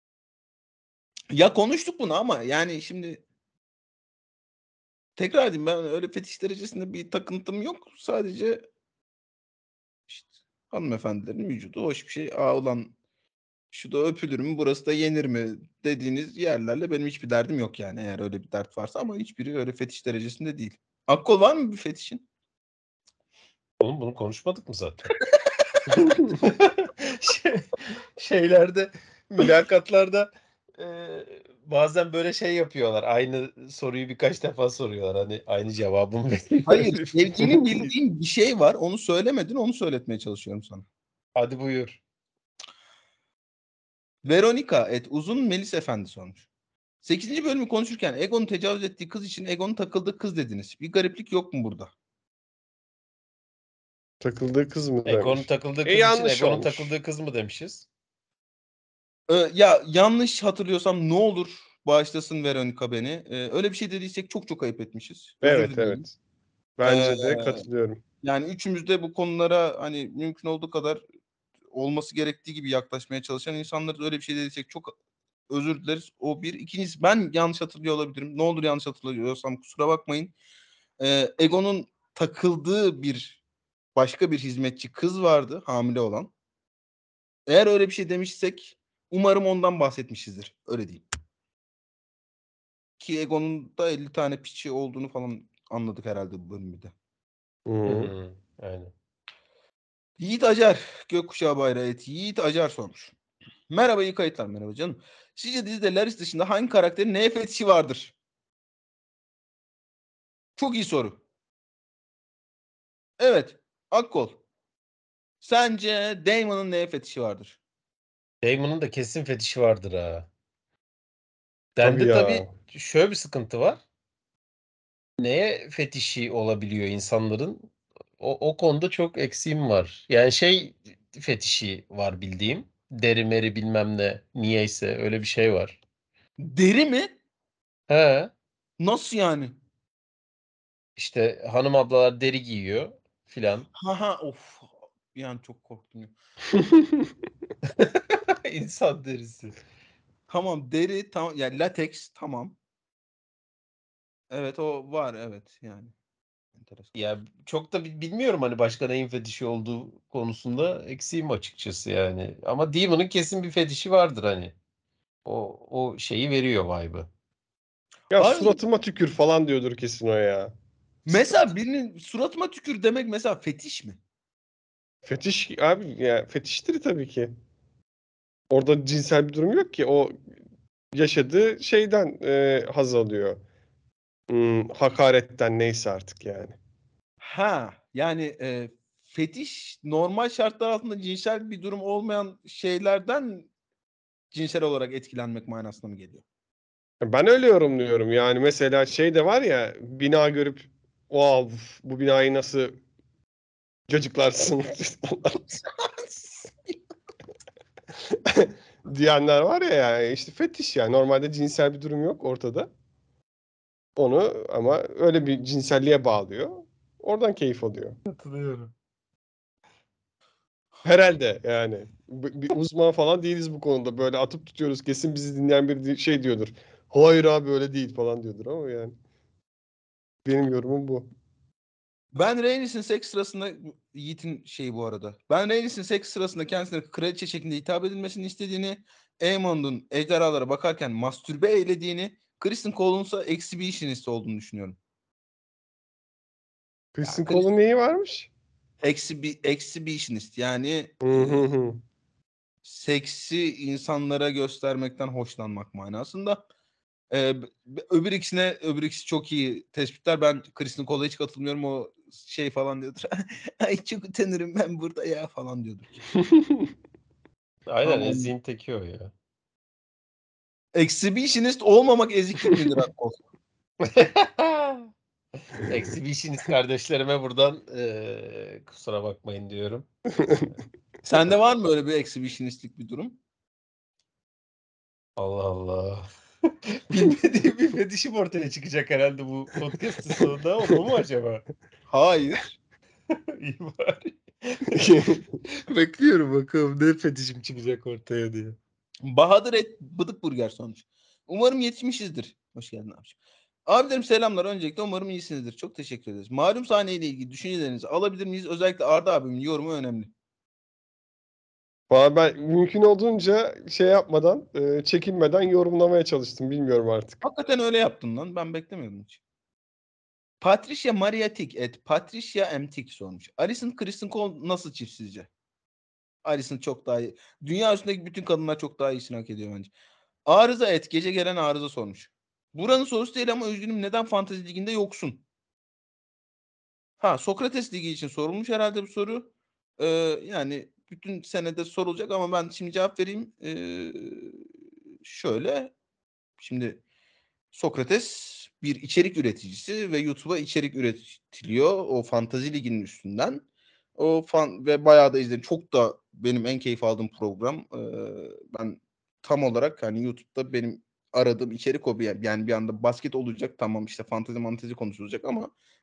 Ya konuştuk bunu ama yani şimdi tekrar edeyim ben öyle fetiş derecesinde bir takıntım yok. Sadece işte hanımefendilerin vücudu hoş bir şey. Aa ulan şu da öpülür mü burası da yenir mi dediğiniz yerlerle benim hiçbir derdim yok yani eğer öyle bir dert varsa ama hiçbiri öyle fetiş derecesinde değil. Akkol var mı bir fetişin? Oğlum bunu konuşmadık mı zaten? Şey, şeylerde mülakatlarda e, bazen böyle şey yapıyorlar. Aynı soruyu birkaç defa soruyorlar. Hani aynı cevabı mı Hayır, veriyorlar? sevdiğini bildiğin bir şey var. Onu söylemedin, onu söyletmeye çalışıyorum sana. Hadi buyur. Veronica et uzun Melis Efendi sormuş. sekizinci bölümü konuşurken Egon'un tecavüz ettiği kız için Egon'un takıldığı kız dediniz. Bir gariplik yok mu burada? Takıldığı kız mı Egon'un demiş. takıldığı E kız için yanlış Egon'un olmuş. takıldığı kız mı demişiz? Ee, ya yanlış hatırlıyorsam ne olur bağışlasın Veronica beni. Ee, öyle bir şey dediysek çok çok ayıp etmişiz. Özür Evet dilerim. evet. Bence Ee, de katılıyorum. Yani üçümüz de bu konulara hani mümkün olduğu kadar olması gerektiği gibi yaklaşmaya çalışan insanlara öyle bir şey dediysek çok özür dileriz. O bir. İkincisi ben yanlış hatırlıyor olabilirim. Ne olur yanlış hatırlıyorsam kusura bakmayın. Ee, Egon'un takıldığı bir başka bir hizmetçi kız vardı hamile olan. Eğer öyle bir şey demişsek umarım ondan bahsetmişizdir. Öyle diyeyim. Ki Egon'un da elli tane piçi olduğunu falan anladık herhalde bu bölümde. Hı. Hmm, aynen. Yiğit Acar. Gökkuşağı bayrağı et. Yiğit Acar sormuş. Merhaba iyi kayıtlar merhaba canım. Sizce dizide Laris dışında hangi karakterin neye fetişi vardır? Çok iyi soru. Evet. Akkol. Sence Damon'ın neye fetişi vardır? Damon'un da kesin fetişi vardır ha. Tabii Bende ya. tabii şöyle bir sıkıntı var. Neye fetişi olabiliyor insanların? O, o konuda çok eksiğim var. Yani şey fetişi var bildiğim. Deri meri bilmem ne. Niyeyse öyle bir şey var. Deri mi? He. Nasıl yani? İşte hanım ablalar deri giyiyor filan. Ha ha of. Bir an çok korktum ya. İnsan derisi. Tamam deri tamam yani lateks tamam. Evet o var evet yani. Enteresan. Ya çok da bi- bilmiyorum hani başka neyin fetişi olduğu konusunda eksiğim açıkçası yani. Ama Demon'ın kesin bir fetişi vardır hani. O o şeyi veriyor vibe'ı. Ya Abi suratıma tükür falan diyordur kesin o ya. mesela birinin suratıma tükür demek mesela fetiş mi? Fetiş abi ya fetiştir tabii ki. Orada cinsel bir durum yok ki. O yaşadığı şeyden e, haz alıyor. Hmm, hakaretten neyse artık yani. Ha yani e, fetiş normal şartlar altında cinsel bir durum olmayan şeylerden cinsel olarak etkilenmek manasına mı geliyor? Ben öyle yorumluyorum. Yani mesela şey de var ya bina görüp wow bu binayı nasıl cacıklarsın diyenler var ya yani işte fetiş yani normalde cinsel bir durum yok ortada. Onu ama öyle bir cinselliğe bağlıyor. Oradan keyif alıyor. Katılıyorum. Herhalde yani. B- Bir uzman falan değiliz bu konuda. Böyle atıp tutuyoruz. Kesin bizi dinleyen bir di- şey diyordur. Hayır abi öyle değil falan diyordur ama yani. Benim yorumum bu. Ben Rhaenys'in seks sırasında Yiğit'in şeyi bu arada. Ben Rhaenys'in seks sırasında kendisine kraliçe şeklinde hitap edilmesini istediğini, Aemon'un ejderhalara bakarken mastürbe eylediğini, Kristen Cole'un ise exhibitionist olduğunu düşünüyorum. Ya Kristen Cole'un Kristen neyi varmış? exhibi, exhibitionist yani Hı e, hı hı. seksi insanlara göstermekten hoşlanmak manasında. Ee, öbür ikisine öbür ikisi çok iyi tespitler. Ben Kristen Cole'a hiç katılmıyorum. O şey falan diyordur. Ay çok utanırım ben burada ya falan diyordur. Aynen Tamam. eziğin teki o ya. Exhibitionist olmamak eziklik midir Akkol? Exhibitionist kardeşlerime buradan eee, kusura bakmayın diyorum. Sende var mı öyle bir exhibitionistlik bir durum? Allah Allah. Bilmediğim bir fetişim ortaya çıkacak herhalde bu podcast'ın sonunda ama bu mu acaba? Hayır. İyi bari. Bekliyorum bakalım ne fetişim çıkacak ortaya diye. Bahadır et bıdık burger sonuç. Umarım yetişmişizdir. Hoş geldin abi. Abilerim selamlar. Öncelikle umarım iyisinizdir. Çok teşekkür ederiz. Malum sahneyle ilgili düşüncelerinizi alabilir miyiz? Özellikle Arda abimin yorumu önemli. Valla ben mümkün olduğunca şey yapmadan, e, çekinmeden yorumlamaya çalıştım. Bilmiyorum artık. Hakikaten öyle yaptın lan. Ben beklemiyordum hiç. Patricia Mariatik et Patricia Emtik sormuş. Alison Kristen Cole nasıl çift sizce? Alison çok daha iyi. Dünya üstündeki bütün kadınlar çok daha iyisini hak ediyor bence. Arıza et gece gelen arıza sormuş. Buranın sorusu değil ama üzgünüm neden fantezi liginde yoksun? Ha Sokrates Ligi için sorulmuş herhalde bu soru. Ee, yani bütün senede sorulacak ama ben şimdi cevap vereyim. Ee, şöyle şimdi Sokrates bir içerik üreticisi ve YouTube'a içerik üretiliyor o Fantazi Ligi'nin üstünden. O fan ve bayağı da izledim. Çok da benim en keyif aldığım program. Ee, ben tam olarak hani YouTube'da benim aradığım içerik o bir yani bir anda basket olacak tamam işte fantezi mantezi konuşulacak ama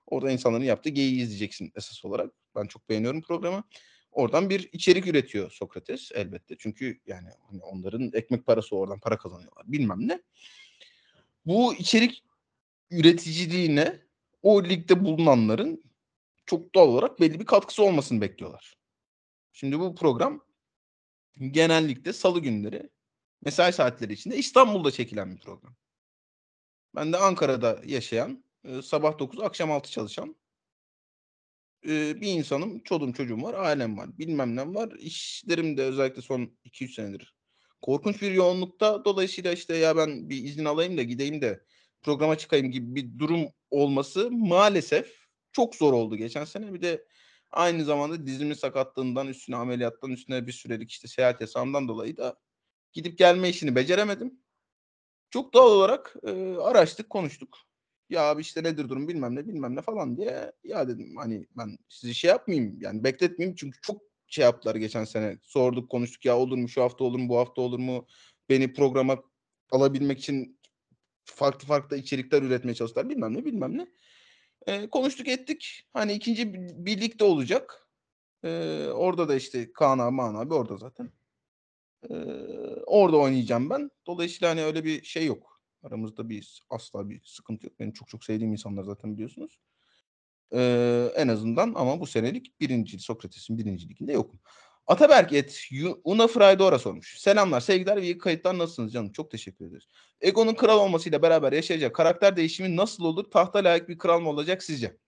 Orada insanların yaptığı geyiği izleyeceksin esas olarak. Ben çok beğeniyorum programı. Oradan bir içerik üretiyor Sokrates elbette. Çünkü yani hani onların ekmek parası, oradan para kazanıyorlar bilmem ne. Bu içerik üreticiliğine o ligde bulunanların çok doğal olarak belli bir katkısı olmasını bekliyorlar. Şimdi bu program genellikle salı günleri mesai saatleri içinde İstanbul'da çekilen bir program. Ben de Ankara'da yaşayan, e, sabah dokuz akşam altı çalışan e, bir insanım. Çoluğum çocuğum var, ailem var, bilmem ne var. İşlerim de özellikle son iki üç senedir korkunç bir yoğunlukta. Dolayısıyla işte ya ben bir izin alayım da gideyim de programa çıkayım gibi bir durum olması maalesef çok zor oldu geçen sene. Bir de aynı zamanda dizimin sakatlığından, üstüne ameliyattan, üstüne bir sürelik işte seyahat yasağımdan dolayı da gidip gelme işini beceremedim. Çok doğal olarak e, araştık, konuştuk. Ya abi işte nedir durum bilmem ne bilmem ne falan diye. Ya dedim hani ben sizi şey yapmayayım yani bekletmeyeyim çünkü çok şey yaptılar geçen sene. Sorduk, konuştuk ya olur mu şu hafta olur mu bu hafta olur mu? Beni programa alabilmek için farklı farklı içerikler üretmeye çalıştılar bilmem ne bilmem ne. E, konuştuk ettik. Hani ikinci bir lig de olacak. E, orada da işte Kaan abi, Maan abi orada zaten. Ee, orada oynayacağım ben. Dolayısıyla hani öyle bir şey yok. Aramızda bir asla bir sıkıntı yok. Benim çok çok sevdiğim insanlar zaten biliyorsunuz. Ee, en azından ama bu senelik birinci Sokrates'in birinci liginde yokum. Ataberk et Yu- Una Fraydora sormuş. Selamlar, sevgiler ve iyi kayıtlar nasılsınız canım? Çok teşekkür ederiz. Egon'un kral olmasıyla beraber yaşayacak karakter değişimi nasıl olur? Tahta layık bir kral mı olacak sizce?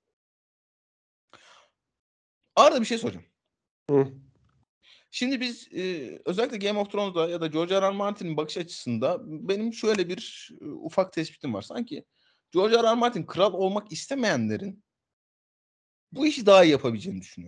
Arada bir şey soracağım. Hı. Şimdi biz e, özellikle Game of Thrones'da ya da George R. R. Martin'in bakış açısında benim şöyle bir e, ufak tespitim var. Sanki George R. R. Martin kral olmak istemeyenlerin bu işi daha iyi yapabileceğini düşünüyor.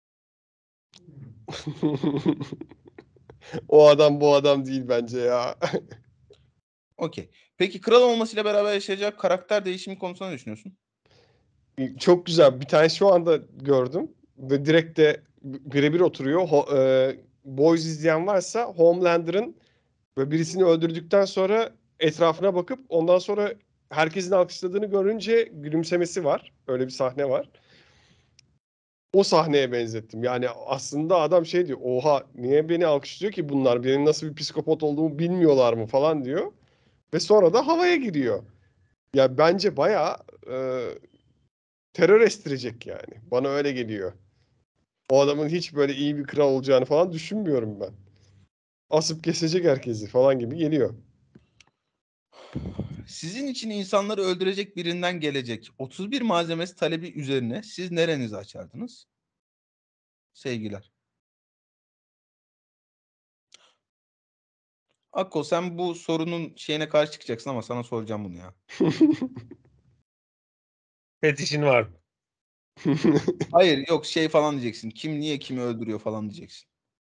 O adam bu adam değil bence ya. Okey. Peki kral olmasıyla beraber yaşayacak karakter değişimi konusunda ne düşünüyorsun? Çok güzel. Bir tane şu anda gördüm ve direkt de birebir oturuyor. Ho- e, Boys izleyen varsa Homelander'ın ve birisini öldürdükten sonra etrafına bakıp ondan sonra herkesin alkışladığını görünce gülümsemesi var. Öyle bir sahne var. O sahneye benzettim. Yani aslında adam şey diyor. Oha niye beni alkışlıyor ki bunlar? Benim nasıl bir psikopat olduğumu bilmiyorlar mı falan diyor. Ve sonra da havaya giriyor. Ya bence bayağı e, terör estirecek yani. Bana öyle geliyor. O adamın hiç böyle iyi bir kral olacağını falan düşünmüyorum ben. Asıp kesecek herkesi falan gibi geliyor. Sizin için insanları öldürecek birinden gelecek otuz bir malzemesi talebi üzerine siz nerenizi açardınız? Sevgiler. Akko sen bu sorunun şeyine karşı çıkacaksın ama sana soracağım bunu ya. Fetişin var mı? Hayır yok şey falan diyeceksin. Kim niye kimi öldürüyor falan diyeceksin.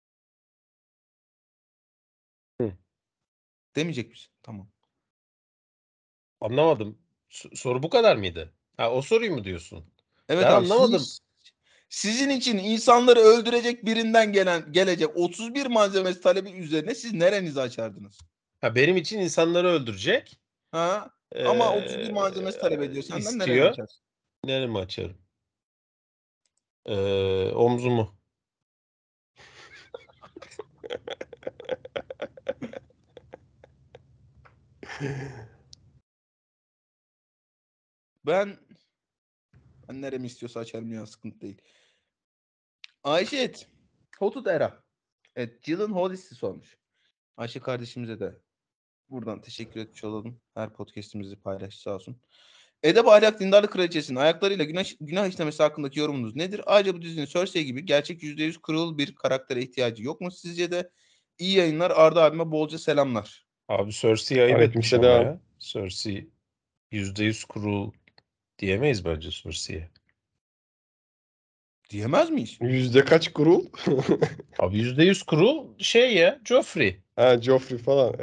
Hı. Demeyecek misin? Tamam. Anlamadım. S- soru bu kadar mıydı? Ha, o soruyu mu diyorsun? Evet Ben abi anlamadım. siz, sizin için insanları öldürecek birinden gelen gelecek otuz bir malzemesi talebi üzerine siz nerenizi açardınız? Ha, benim için insanları öldürecek. Ha? Ama otuz bir malzemesi talep Ee, ediyor. Senden nereni istiyor. açarsın? Neremi açarım? Ee, omzumu. Ben ben neremi istiyorsa açarım ya sıkıntı değil. Ayşe et. Hotut Era. Evet, Jill Hollis'i sormuş. Ayşe kardeşimize de buradan teşekkür etmiş olalım. Her podcast'imizi paylaştı sağ olsun. Edep ahlak dindarlık kraliçesinin ayaklarıyla günah, günah işlemesi hakkındaki yorumunuz nedir? Ayrıca bu dizinin Cersei gibi gerçek yüzde yüz kırıl bir karaktere ihtiyacı yok mu sizce de? İyi yayınlar, Arda abime bolca selamlar. Abi Cersei'yi ayıp etmiş ama Aleykümselam. ya. Cersei yüzde yüz kurul diyemeyiz bence Cersei'ye. Diyemez miyiz? Yüzde kaç kurul? Abi yüzde yüz kurul şey ya Joffrey. Ha Joffrey falan.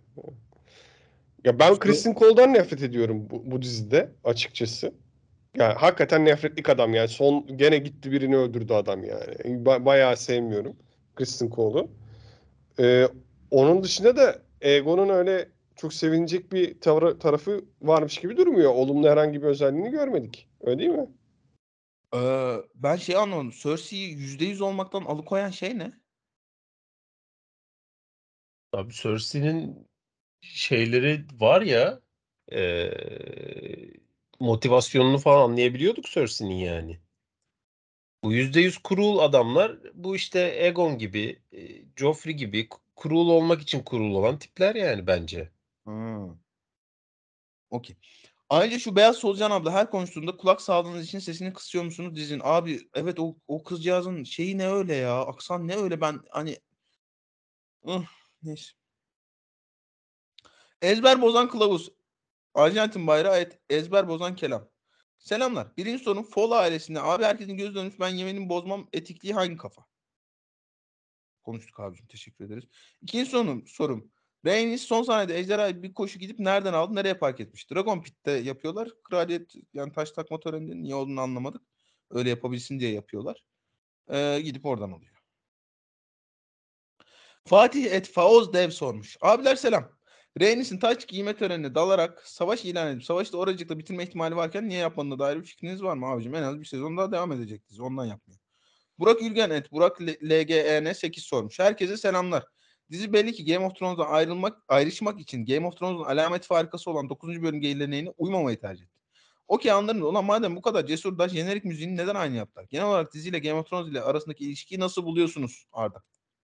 Ya ben Kristen Cole'dan nefret ediyorum bu, bu dizide açıkçası. Yani hakikaten nefretlik adam yani. Son gene gitti birini öldürdü adam yani. Ba- bayağı sevmiyorum Kristen Cole'u. Ee, Onun dışında da Egon'un öyle çok sevinecek bir tavra- tarafı varmış gibi durmuyor. Olumlu herhangi bir özelliğini görmedik. Öyle değil mi? Ee, ben şey anlamadım. Cersei'yi yüzde yüz olmaktan alıkoyan şey ne? Abi Cersei'nin şeyleri var ya, eee, motivasyonunu falan anlayabiliyorduk Cersei'nin yani. Bu yüzde yüz kurul adamlar, bu işte Aegon gibi, e, Joffrey gibi kurul olmak için kurul olan tipler yani bence. Hmm. Okey. Ayrıca şu Beyaz Solucan abla her konuştuğunda kulak sağlığınız için sesini kısıyor musunuz dizin? Abi evet o, o kızcağızın şeyi ne öyle ya? Aksan ne öyle ben hani ıh, neyse. Ezber bozan kılavuz. Arjantin bayrağı et. Ezber bozan kelam. Selamlar. Birinci sorun Fola ailesinde. Abi herkesin gözü dönmüş. Ben yemeğimi bozmam. Etikliği hangi kafa? Konuştuk abicim. Teşekkür ederiz. İkinci sorum. sorum. Rhaenys son sahnede ejderhayı bir koşu gidip nereden aldı? Nereye park etmiş? Dragon Pit'te yapıyorlar. Kraliyet yani taş takma töreninde niye olduğunu anlamadık. Öyle yapabilsin diye yapıyorlar. Ee, gidip oradan alıyor. Fatih et Faoz Dev sormuş. Abiler selam. Rhaenys'in taç giyme törenine dalarak savaş ilan edip savaşı da oracıkta bitirme ihtimali varken niye yapmadığına dair bir fikriniz var mı abicim? En az bir sezon daha devam edecektiniz. Ondan yapmıyor. Burak Ülgen et Burak L G E N sekiz sormuş. Herkese selamlar. Dizi belli ki Game of Thrones'dan ayrılmak, ayrışmak için Game of Thrones'un alamet farikası olan dokuzuncu bölüm geleneğine uymamayı tercih etti. Okey anlarım da ulan madem bu kadar cesur da jenerik müziğini neden aynı yaptılar? Genel olarak diziyle Game of Thrones ile arasındaki ilişkiyi nasıl buluyorsunuz Arda?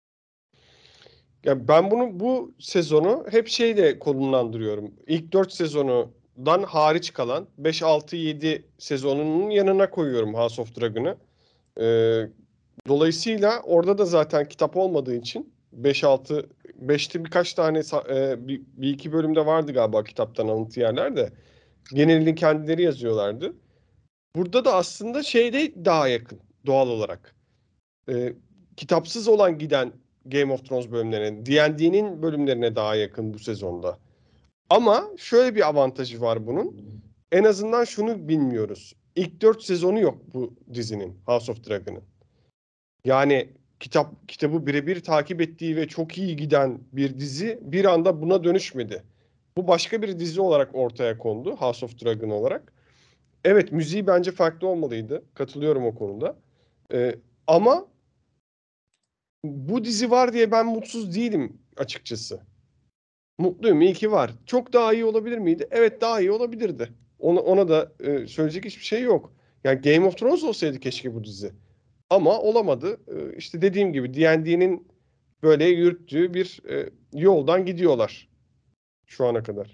Ya ben bunu bu sezonu hep şeyle konumlandırıyorum. İlk dört sezonundan hariç kalan beş, altı, yedi sezonunun yanına koyuyorum House of Dragon'ı. Ee, dolayısıyla orada da zaten kitap olmadığı için beş, altı, beşte birkaç tane e, bir, bir iki bölümde vardı galiba kitaptan alıntı yerler de. Genelini kendileri yazıyorlardı. Burada da aslında şeyde daha yakın doğal olarak. Ee, kitapsız olan giden Game of Thrones bölümlerine, D and D'nin bölümlerine daha yakın bu sezonda. Ama şöyle bir avantajı var bunun. En azından şunu bilmiyoruz. İlk dört sezonu yok bu dizinin, House of Dragon'ın. Yani kitap kitabı birebir takip ettiği ve çok iyi giden bir dizi bir anda buna dönüşmedi. Bu başka bir dizi olarak ortaya kondu, House of Dragon olarak. Evet, müziği bence farklı olmalıydı. Katılıyorum o konuda. Ee, ama bu dizi var diye ben mutsuz değilim açıkçası. Mutluyum, iyi ki var. Çok daha iyi olabilir miydi? Evet, daha iyi olabilirdi. Ona, ona da e, söyleyecek hiçbir şey yok. Yani Game of Thrones olsaydı keşke bu dizi. Ama olamadı. E, işte dediğim gibi D and D'nin böyle yürüttüğü bir e, yoldan gidiyorlar şu ana kadar.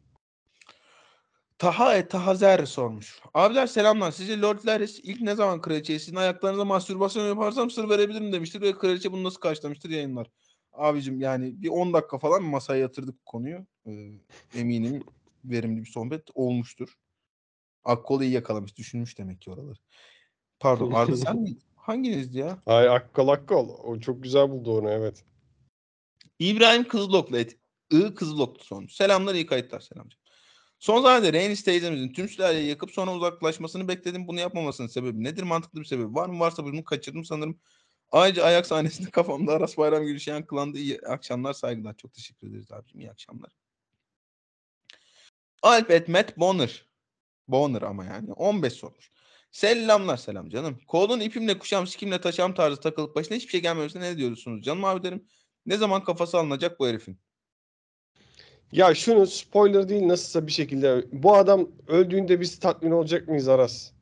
Taha et Tahazer sormuş. Abiler selamlar. Sizce Lord Larys ilk ne zaman kraliçeye sizin ayaklarınıza mastürbasyon yaparsam sır verebilirim demiştir ve kraliçe bunu nasıl karşılamıştır yayınlar. Abicim yani bir on dakika falan masaya yatırdık bu konuyu. Ee, eminim verimli bir sohbet olmuştur. Akkol iyi yakalamış. Düşünmüş demek ki oraları. Pardon Arda sen miydin? Hanginizdi ya? Ay akkol akkol. O çok güzel buldu onu, evet. İbrahim Kızıloklu et. I Kızıloklu sormuş. Selamlar iyi kayıtlar selamcım. Son zamanlarda Rhaenys teyzemizin tüm sülaleyi yakıp sonra uzaklaşmasını bekledim. Bunu yapmamasının sebebi nedir? Mantıklı bir sebebi var mı? Varsa bunu kaçırdım sanırım. Ayrıca ayak sahnesinde kafamda Aras Bayram gülüşü yankılandı. İyi akşamlar, saygılar. Çok teşekkür ederiz abicim. İyi akşamlar. Alp et Matt Bonner. Bonner ama yani. on beş sormuş. Selamlar selam canım. Kolun ipimle kuşam sikimle taşam tarzı takılıp başına hiçbir şey gelmemesine ne diyorsunuz? Canım abilerim ne zaman kafası alınacak bu herifin? Ya şunu spoiler değil nasılsa bir şekilde bu adam öldüğünde biz tatmin olacak mıyız Aras?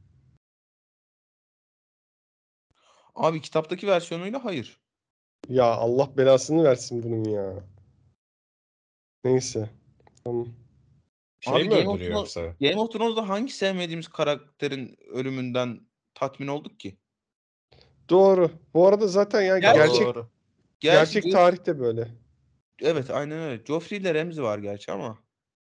Abi kitaptaki versiyonuyla hayır. Ya Allah belasını versin bunun ya. Neyse. Tamam. Şey Abi mi Game of öldürüyor Thrones, yoksa? Game of Thrones'da hangi sevmediğimiz karakterin ölümünden tatmin olduk ki? Doğru. Bu arada zaten ya Gerçi gerçek Doğru. gerçi gerçek Joff- tarihte böyle. evet aynen öyle. Joffrey ile Ramsay var gerçi ama.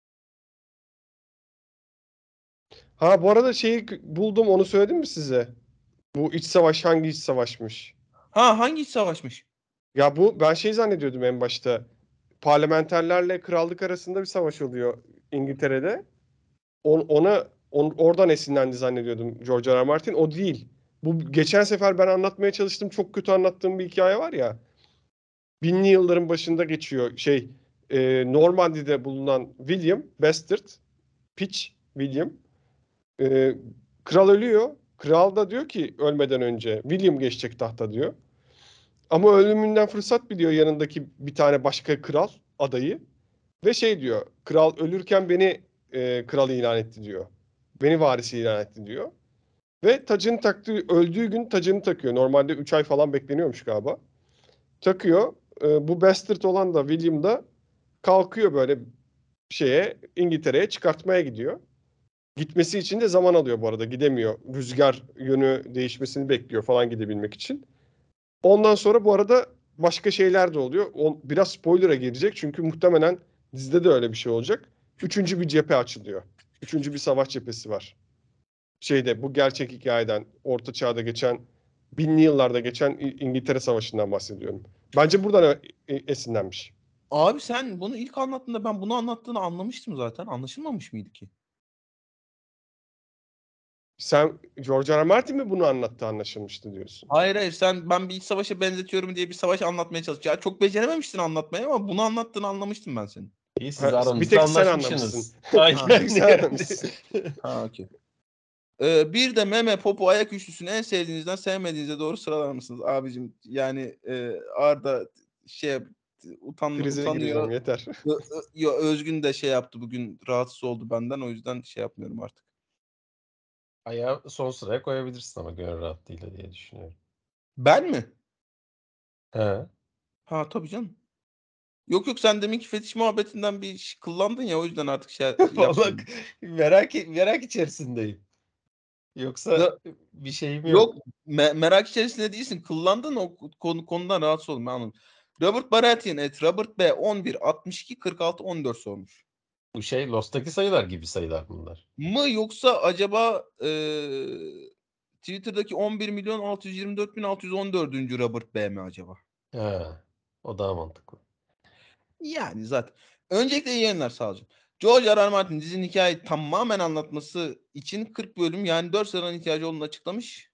Ha bu arada şeyi buldum, onu söyledim mi size? Bu iç savaş hangi iç savaşmış? Ha hangi iç savaşmış? Ya bu ben şey zannediyordum en başta. Parlamenterlerle krallık arasında bir savaş oluyor İngiltere'de. On- ona on- oradan esinlendi zannediyordum George R. R. Martin. O değil. Bu geçen sefer ben anlatmaya çalıştım. Çok kötü anlattığım bir hikaye var ya. Binli yılların başında geçiyor. Şey e, Normandy'de bulunan William Bastard, Pitch William. e, kral ölüyor. Kral da diyor ki ölmeden önce William geçecek tahta diyor. Ama ölümünden fırsat biliyor yanındaki bir tane başka kral adayı. Ve şey diyor. Kral ölürken beni e, kral ilan etti diyor. Beni varisi ilan etti diyor. Ve tacını taktığı, öldüğü gün tacını takıyor. Normalde üç ay falan bekleniyormuş galiba. Takıyor. E, bu bastard olan da William da kalkıyor böyle şeye İngiltere'ye çıkartmaya gidiyor. Gitmesi için de zaman alıyor bu arada. Gidemiyor. Rüzgar yönü değişmesini bekliyor falan gidebilmek için. Ondan sonra bu arada başka şeyler de oluyor. O, biraz spoiler'a girecek çünkü muhtemelen dizide de öyle bir şey olacak. Üçüncü bir cephe açılıyor. Üçüncü bir savaş cephesi var. Şeyde bu gerçek hikayeden Orta Çağ'da geçen binli yıllarda geçen İngiltere Savaşı'ndan bahsediyorum. Bence buradan esinlenmiş. Abi sen bunu ilk anlattığında ben bunu anlattığını anlamıştım zaten. Anlaşılmamış mıydı ki? Sen George R. R. Martin mi bunu anlattı anlaşılmıştı diyorsun? Hayır hayır sen ben bir iç savaşa benzetiyorum diye bir savaş anlatmaya çalışıyor. Ya çok becerememiştin anlatmayı ama bunu anlattığını anlamıştım ben senin. İyi siz Ha, bir aranızda tek sen anlaşmışsınız. anlamışsın. Bir tek sen Aynen. anlamışsın. Ha okey. Ee, bir de meme, popo, ayak üçlüsünü en sevdiğinizden sevmediğinize doğru sıralar mısınız abicim? Yani e, Arda şey utan, Krize gireceğim utanıyor. yeter. Ö, ö, yo, Özgün de şey yaptı bugün rahatsız oldu benden o yüzden şey yapmıyorum artık. Ayağı son sıraya koyabilirsin ama gönül rahatlığıyla diye düşünüyorum. Ben mi? He. Ha tabii canım. Yok yok sen deminki fetiş muhabbetinden bir şey kıllandın ya o yüzden artık şey Vallahi yapmıyorum. merak merak içerisindeyim. Yoksa Ya- bir şeyim Yok yok. me- merak içerisinde değilsin. Kıllandın o konu, konudan rahatsız oldum ben anladım. Robert Baratheon et Robert B on bir altmış iki kırk altı on dört sormuş. Bu şey Lost'taki sayılar gibi sayılar bunlar. Mı yoksa acaba e, Twitter'daki on bir milyon altı yüz yirmi dört bin altı yüz on dördüncü Robert B mi acaba? He. O daha mantıklı. Yani zaten. Öncelikle iyi yayınlar sağ olun. George R. R. Martin dizinin hikayeyi tamamen anlatması için kırk bölüm yani dört sezon ihtiyacı olduğunu açıklamış.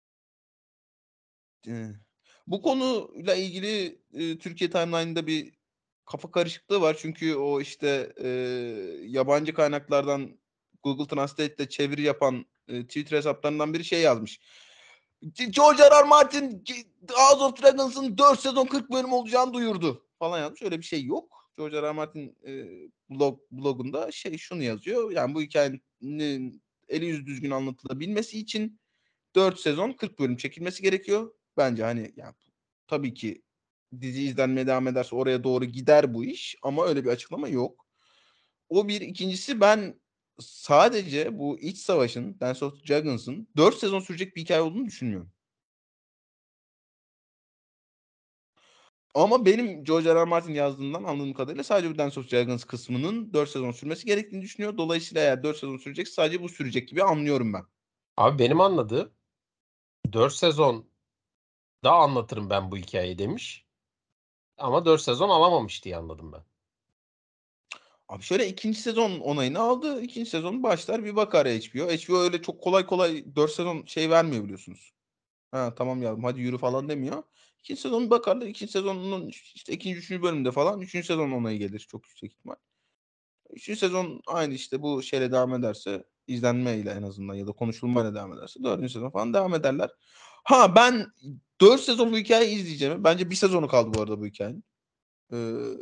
Ee, Bu konuyla ilgili e, Türkiye timeline'ında bir kafa karışıklığı var. Çünkü o işte e, yabancı kaynaklardan Google Translate'te çeviri yapan e, Twitter hesaplarından biri şey yazmış. George R. R. Martin House of Dragons'ın dört sezon kırk bölüm olacağını duyurdu falan yazmış. Öyle bir şey yok. George R. R. Martin e, blog, blogunda şey şunu yazıyor. Yani bu hikayenin eli yüzü düzgün anlatılabilmesi için dört sezon kırk bölüm çekilmesi gerekiyor. Bence hani yani tabii ki dizi izlenmeye devam ederse oraya doğru gider bu iş ama öyle bir açıklama yok. O bir. İkincisi ben sadece bu iç savaşın Dance of Dragons'ın dört sezon sürecek bir hikaye olduğunu düşünmüyorum. Ama benim George R. R. Martin yazdığından anladığım kadarıyla sadece bu Dance of Dragons kısmının dört sezon sürmesi gerektiğini düşünüyor. Dolayısıyla eğer dört sezon sürecek sadece bu sürecek gibi anlıyorum ben. Abi benim anladığım dört sezon daha anlatırım ben bu hikayeyi demiş. Ama dört sezon alamamış diye anladım ben. Abi şöyle ikinci sezon onayını aldı. İkinci sezon başlar bir bakar H B O. H B O öyle çok kolay kolay dört sezon şey vermiyor biliyorsunuz. Ha tamam yavrum hadi yürü falan demiyor. İkinci sezon bakarlar. İkinci sezonun işte ikinci, üçüncü bölümde falan üçüncü sezon onayı gelir çok yüksek ihtimal. Üçüncü sezon aynı işte bu şeyle devam ederse izlenmeyle en azından ya da konuşulmayla devam ederse dördüncü sezon falan devam ederler. Ha ben dört sezon bu hikayeyi izleyeceğim. Bence bir sezonu kaldı bu arada bu hikayenin. Ee,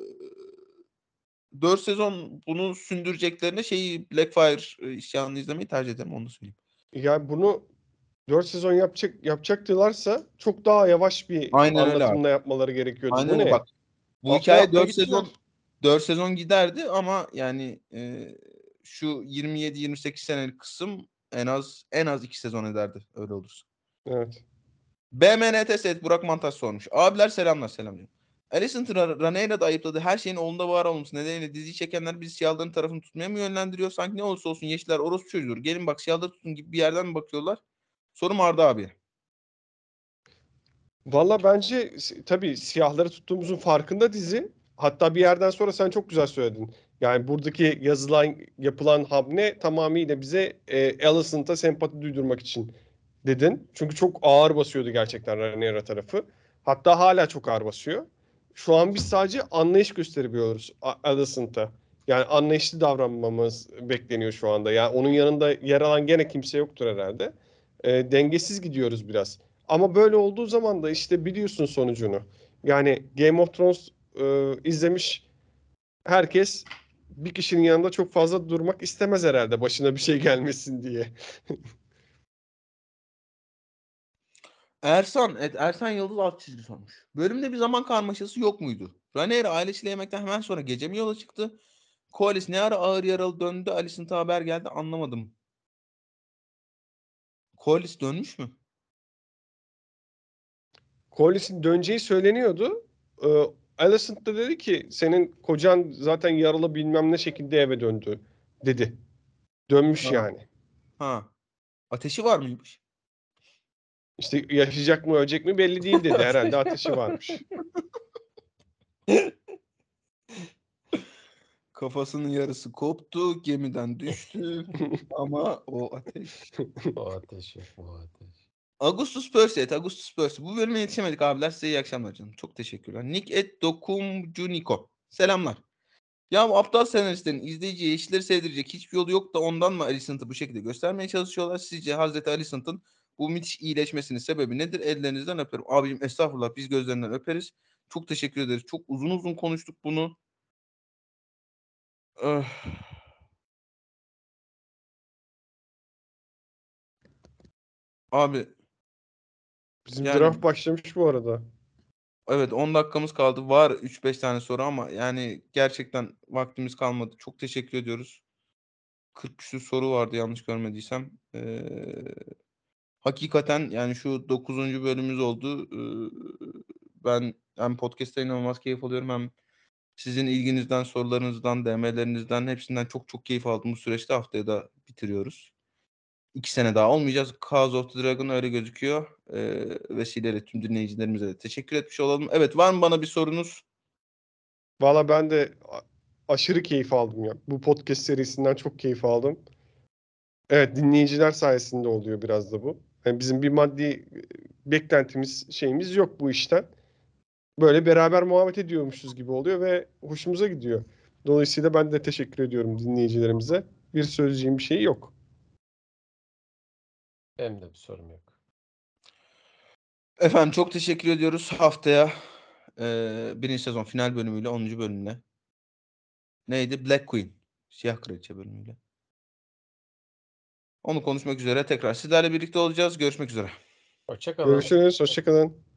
dört sezon bunu sündüreceklerine şeyi Blackfire e, isyanını izlemeyi tercih ederim onu da söyleyeyim. Yani bunu dört sezon yapacak yapacaktılarsa çok daha yavaş bir Aynen öyle abi. anlatımla yapmaları gerekiyordu. Aynen Bu öyle ne? bak. Bu Atla hikaye atla dört gittiler. sezon dört sezon giderdi ama yani e, şu yirmi yedi yirmi sekiz senelik kısım en az en az iki sezon ederdi öyle olursa. Evet. B M N T set Burak Mantas sormuş. Abiler selamlar selam canım. Alicent Raneyla da ayıpladı. Her şeyin olunda var olması nedeniyle diziyi çekenler bizi siyahların tarafını tutmaya mı yönlendiriyor? Sanki ne olursa olsun yeşiller orospu çocuğudur. Gelin bak siyahları tutun gibi bir yerden mi bakıyorlar? Sorum Arda abi. Valla bence si- tabii siyahları tuttuğumuzun farkında dizi. Hatta bir yerden sonra sen çok güzel söyledin. Yani buradaki yazılan, yapılan hamle tamamıyla bize e, Alicent'a sempati duydurmak için dedin. Çünkü çok ağır basıyordu gerçekten Rhaenyra tarafı. Hatta hala çok ağır basıyor. Şu an biz sadece anlayış gösterebiliyoruz A- Alicent'a. Yani anlayışlı davranmamız bekleniyor şu anda. Yani onun yanında yer alan gene kimse yoktur herhalde. E, dengesiz gidiyoruz biraz. Ama böyle olduğu zaman da işte biliyorsun sonucunu. Yani Game of Thrones e, izlemiş herkes bir kişinin yanında çok fazla durmak istemez herhalde başına bir şey gelmesin diye. Ersan, evet, Ersan Yıldız alt çizgi sormuş. Bölümde bir zaman karmaşası yok muydu? Rhaenyra ailesiyle yemekten hemen sonra gece mi yola çıktı? Koalis ne ara ağır yaralı döndü? Alicent'a haber geldi, anlamadım. Koalis dönmüş mü? Corliss'in döneceği söyleniyordu. Ee, Alicent da dedi ki senin kocan zaten yaralı bilmem ne şekilde eve döndü dedi. Dönmüş Ha. yani. Ha. Ateşi var mıymış? İşte yaşayacak mı ölecek mi belli değil dedi. Herhalde ateşi varmış. Kafasının yarısı koptu, gemiden düştü ama o ateş. O ateş yok, o ateş. Augustus Percy, et Augustus Percy. Bu bölüme yetişemedik abiler. Size iyi akşamlar canım. Çok teşekkürler. Nick et Dokumcuniko. Selamlar. Ya bu aptal senaristlerin izleyiciye yeşilleri sevdirecek hiçbir yolu yok da ondan mı Alicent'ı bu şekilde göstermeye çalışıyorlar? Sizce Hazreti Alicent'ın bu müthiş iyileşmesinin sebebi nedir? Ellerinizden öperim. Abicim estağfurullah, biz gözlerinden öperiz. Çok teşekkür ederiz. Çok uzun uzun konuştuk bunu. Öh. Abi Bizim yani draft başlamış bu arada. evet, on dakikamız kaldı. Var üç beş tane soru ama yani gerçekten vaktimiz kalmadı. Çok teşekkür ediyoruz. kırk küsur soru vardı yanlış görmediysem. Ee, hakikaten yani şu dokuzuncu bölümümüz oldu. Ee, ben hem podcast'ta inanılmaz keyif alıyorum, hem sizin ilginizden, sorularınızdan, D M'lerinizden hepsinden çok çok keyif aldım bu süreçte. Haftaya da bitiriyoruz. İki sene daha olmayacağız. Cause of the Dragon öyle gözüküyor. Ee, vesileyle tüm dinleyicilerimize de teşekkür etmiş olalım. Evet, var mı bana bir sorunuz? Valla ben de a- aşırı keyif aldım ya. Bu podcast serisinden çok keyif aldım. Evet, dinleyiciler sayesinde oluyor biraz da bu. Yani bizim bir maddi e, beklentimiz şeyimiz yok bu işten. Böyle beraber muhabbet ediyormuşuz gibi oluyor ve hoşumuza gidiyor. Dolayısıyla ben de teşekkür ediyorum dinleyicilerimize. Bir söyleyeceğim bir şey yok. Benim de bir sorum yok. Efendim çok teşekkür ediyoruz. Haftaya e, birinci sezon final bölümüyle onuncu bölümle. Neydi? Black Queen. Siyah Kraliçe bölümüyle. Onu konuşmak üzere tekrar sizlerle birlikte olacağız. Görüşmek üzere. Hoşça kalın. Görüşürüz. Hoşça kalın.